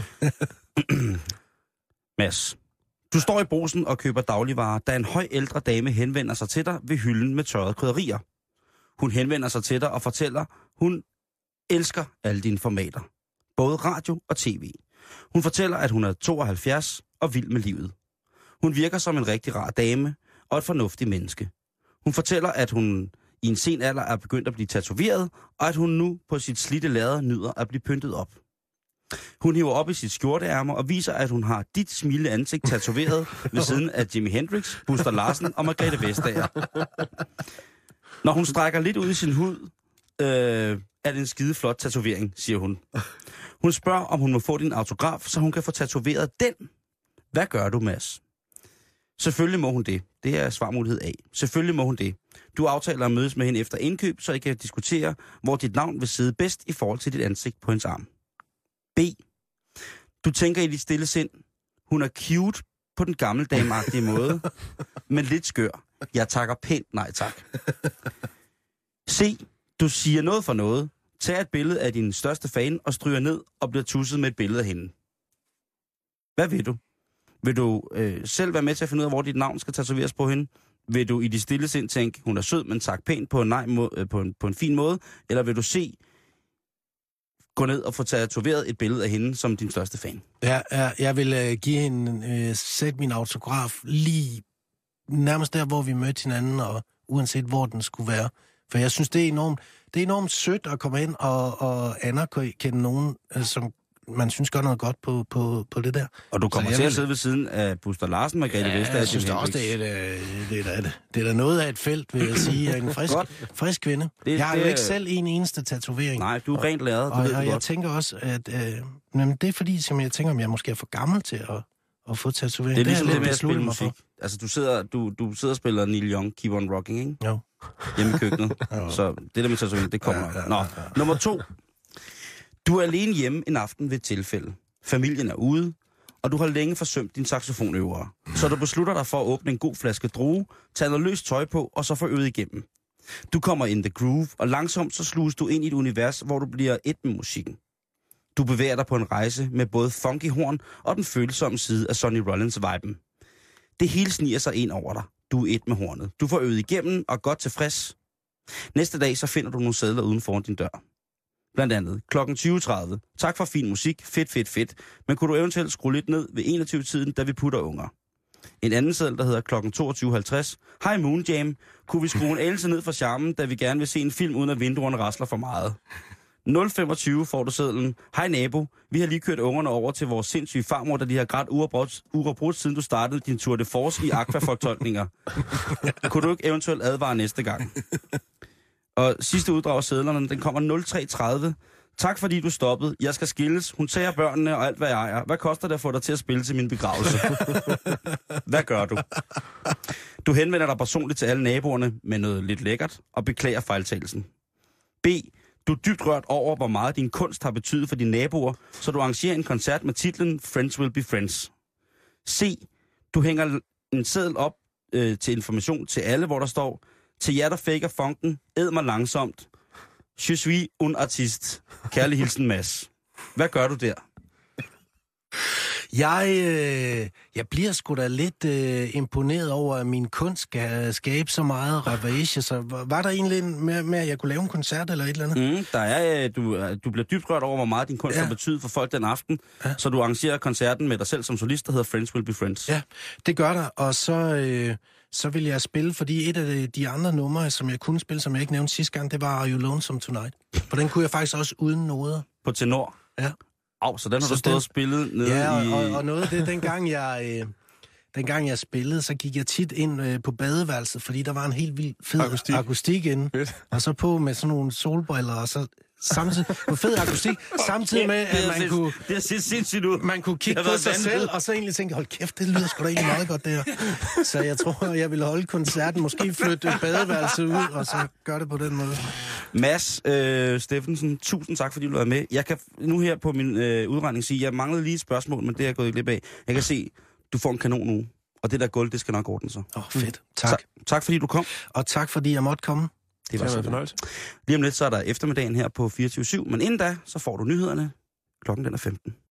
S5: Mads, du står i Brugsen og køber dagligvarer, da en høj ældre dame henvender sig til dig ved hylden med tørrede krydderier. Hun henvender sig til dig og fortæller, hun elsker alle dine formater. Både radio og tv. Hun fortæller, at hun er 72 og vild med livet. Hun virker som en rigtig rar dame og et fornuftigt menneske. Hun fortæller, at hun i en sen alder er begyndt at blive tatoveret, og at hun nu på sit slidte lærred nyder at blive pyntet op. Hun hiver op i sit skjorteærmer og viser, at hun har dit smilende ansigt tatoveret ved siden af Jimi Hendrix, Buster Larsen og Margrethe Vestager. Når hun strækker lidt ud i sin hud, er det en skide flot tatovering, siger hun. Hun spørger, om hun må få din autograf, så hun kan få tatoveret den. Hvad gør du, Mads? Selvfølgelig må hun det. Det er svarmulighed A. Selvfølgelig må hun det. Du aftaler at mødes med hende efter indkøb, så I kan diskutere, hvor dit navn vil sidde bedst i forhold til dit ansigt på hendes arm. B. Du tænker i dit stille sind. Hun er cute på den gammeldameagtige måde, men lidt skør. Jeg takker pænt nej tak. C. Du siger noget for noget. Tag et billede af din største fan og stryger ned og bliver tusset med et billede af hende. Hvad vil du? Vil du selv være med til at finde ud af, hvor dit navn skal tatoveres på hende? Vil du i dit stille sind tænke, hun er sød, men tak pænt på en fin måde? Eller vil du gå ned og få tatoveret et billede af hende som din største fan?
S6: Jeg vil give hende sætte min autograf lige nærmest der, hvor vi mødte hinanden, og uanset hvor den skulle være. For jeg synes, det er enormt sødt at komme ind og anerkende nogen, som man synes gør noget godt på det der.
S5: Og du kommer til at sidde ved siden af Buster Larsen, Margrethe Vestager.
S6: Ja, jeg synes også, det er da noget af et felt, vil jeg sige. En frisk kvinde. Jeg har jo ikke selv en eneste tatovering.
S5: Nej, du er rent læret.
S6: Og jeg tænker også, at det er fordi, som jeg tænker, om jeg måske er for gammel til at få tatovering.
S5: Det er ligesom det med at spille musik. Altså, du sidder og spiller Neil Young, Keep on Rocking, ikke?
S6: Jo.
S5: Hjemme i køkkenet. Så det der med tatovering, det kommer. Nå, nummer 2. Du er alene hjemme en aften ved et tilfælde. Familien er ude, og du har længe forsømt din saxofonøvere. Så du beslutter dig for at åbne en god flaske drue, tage noget løst tøj på, og så få øvet igennem. Du kommer in the groove, og langsomt så sluges du ind i et univers, hvor du bliver et med musikken. Du bevæger dig på en rejse med både funky horn og den følsomme side af Sonny Rollins-viben. Det hele sniger sig ind over dig. Du er et med hornet. Du får øvet igennem og godt tilfreds. Næste dag så finder du nogle sedler uden foran din dør. Blandt andet kl. 20.30. Tak for fin musik. Fedt. Men kunne du eventuelt skrue lidt ned ved 21-tiden, da vi putter unger? En anden seddel, der hedder kl. 22.50. Hej Moon Jam. Kunne vi skrue en anelse ned for charmen, da vi gerne vil se en film, uden at vinduerne rasler for meget? 0.25 får du sedlen. Hej nabo. Vi har lige kørt ungerne over til vores sindssyge farmor, da de har grædt uafbrudt, siden du startede din tour de force i aquafortolkninger. Kunne du ikke eventuelt advare næste gang? Og sidste uddrag af sedlerne, den kommer 03.30. Tak fordi du stoppede. Jeg skal skilles. Hun tager børnene og alt, hvad jeg ejer. Hvad koster det at få dig til at spille til min begravelse? Hvad gør du? Du henvender dig personligt til alle naboerne med noget lidt lækkert og beklager fejltagelsen. B. Du er dybt rørt over, hvor meget din kunst har betydet for dine naboer, så du arrangerer en koncert med titlen Friends Will Be Friends. C. Du hænger en seddel op til information til alle, hvor der står: til jer, der faker funken, æd mig langsomt. Je suis un artiste. Kærlig hilsen, Mads. Hvad gør du der?
S6: Jeg bliver sgu da lidt imponeret over, at min kunst skal skabe så meget ravage. Så var der egentlig med, at jeg kunne lave en koncert eller et eller andet?
S5: Der er, du bliver dybt rørt over, hvor meget din kunst har betydet for folk den aften. Ja. Så du arrangerer koncerten med dig selv som solist, der hedder Friends Will Be Friends.
S6: Ja, det gør der. Og så vil jeg spille, fordi et af de andre numre, som jeg kunne spille, som jeg ikke nævnte sidste gang, det var Are You Lonesome Tonight. For den kunne jeg faktisk også uden noder.
S5: På tenor?
S6: Ja.
S5: Så den har du stået og spillet nede i...
S6: og noget af det, dengang jeg spillede, så gik jeg tit ind på badeværelset, fordi der var en helt vild fed akustik inde. Og så på med sådan nogle solbriller, og så samtidig på fed akustik, samtidig med, at man kunne...
S5: Det ser sindssygt ud.
S6: Man kunne kigge på sig selv, og så egentlig tænke, hold kæft, det lyder sgu da egentlig meget godt, det her. Så jeg tror, jeg ville holde koncerten, måske flytte badeværelset ud, og så gøre det på den måde.
S5: Mads Steffensen, tusind tak, fordi du lavede med. Jeg kan nu her på min udregning sige, jeg manglede lige et spørgsmål, men det er jeg gået glip af. Jeg kan se, du får en kanon nu, og det der gulv, det skal nok ordne sig.
S6: Fedt. Tak.
S5: Tak fordi du kom.
S6: Og tak fordi jeg måtte komme.
S5: Det var en fornøjelse. Lige om lidt, så er der eftermiddagen her på 24/7, men inden da, så får du nyhederne. Klokken den er 15.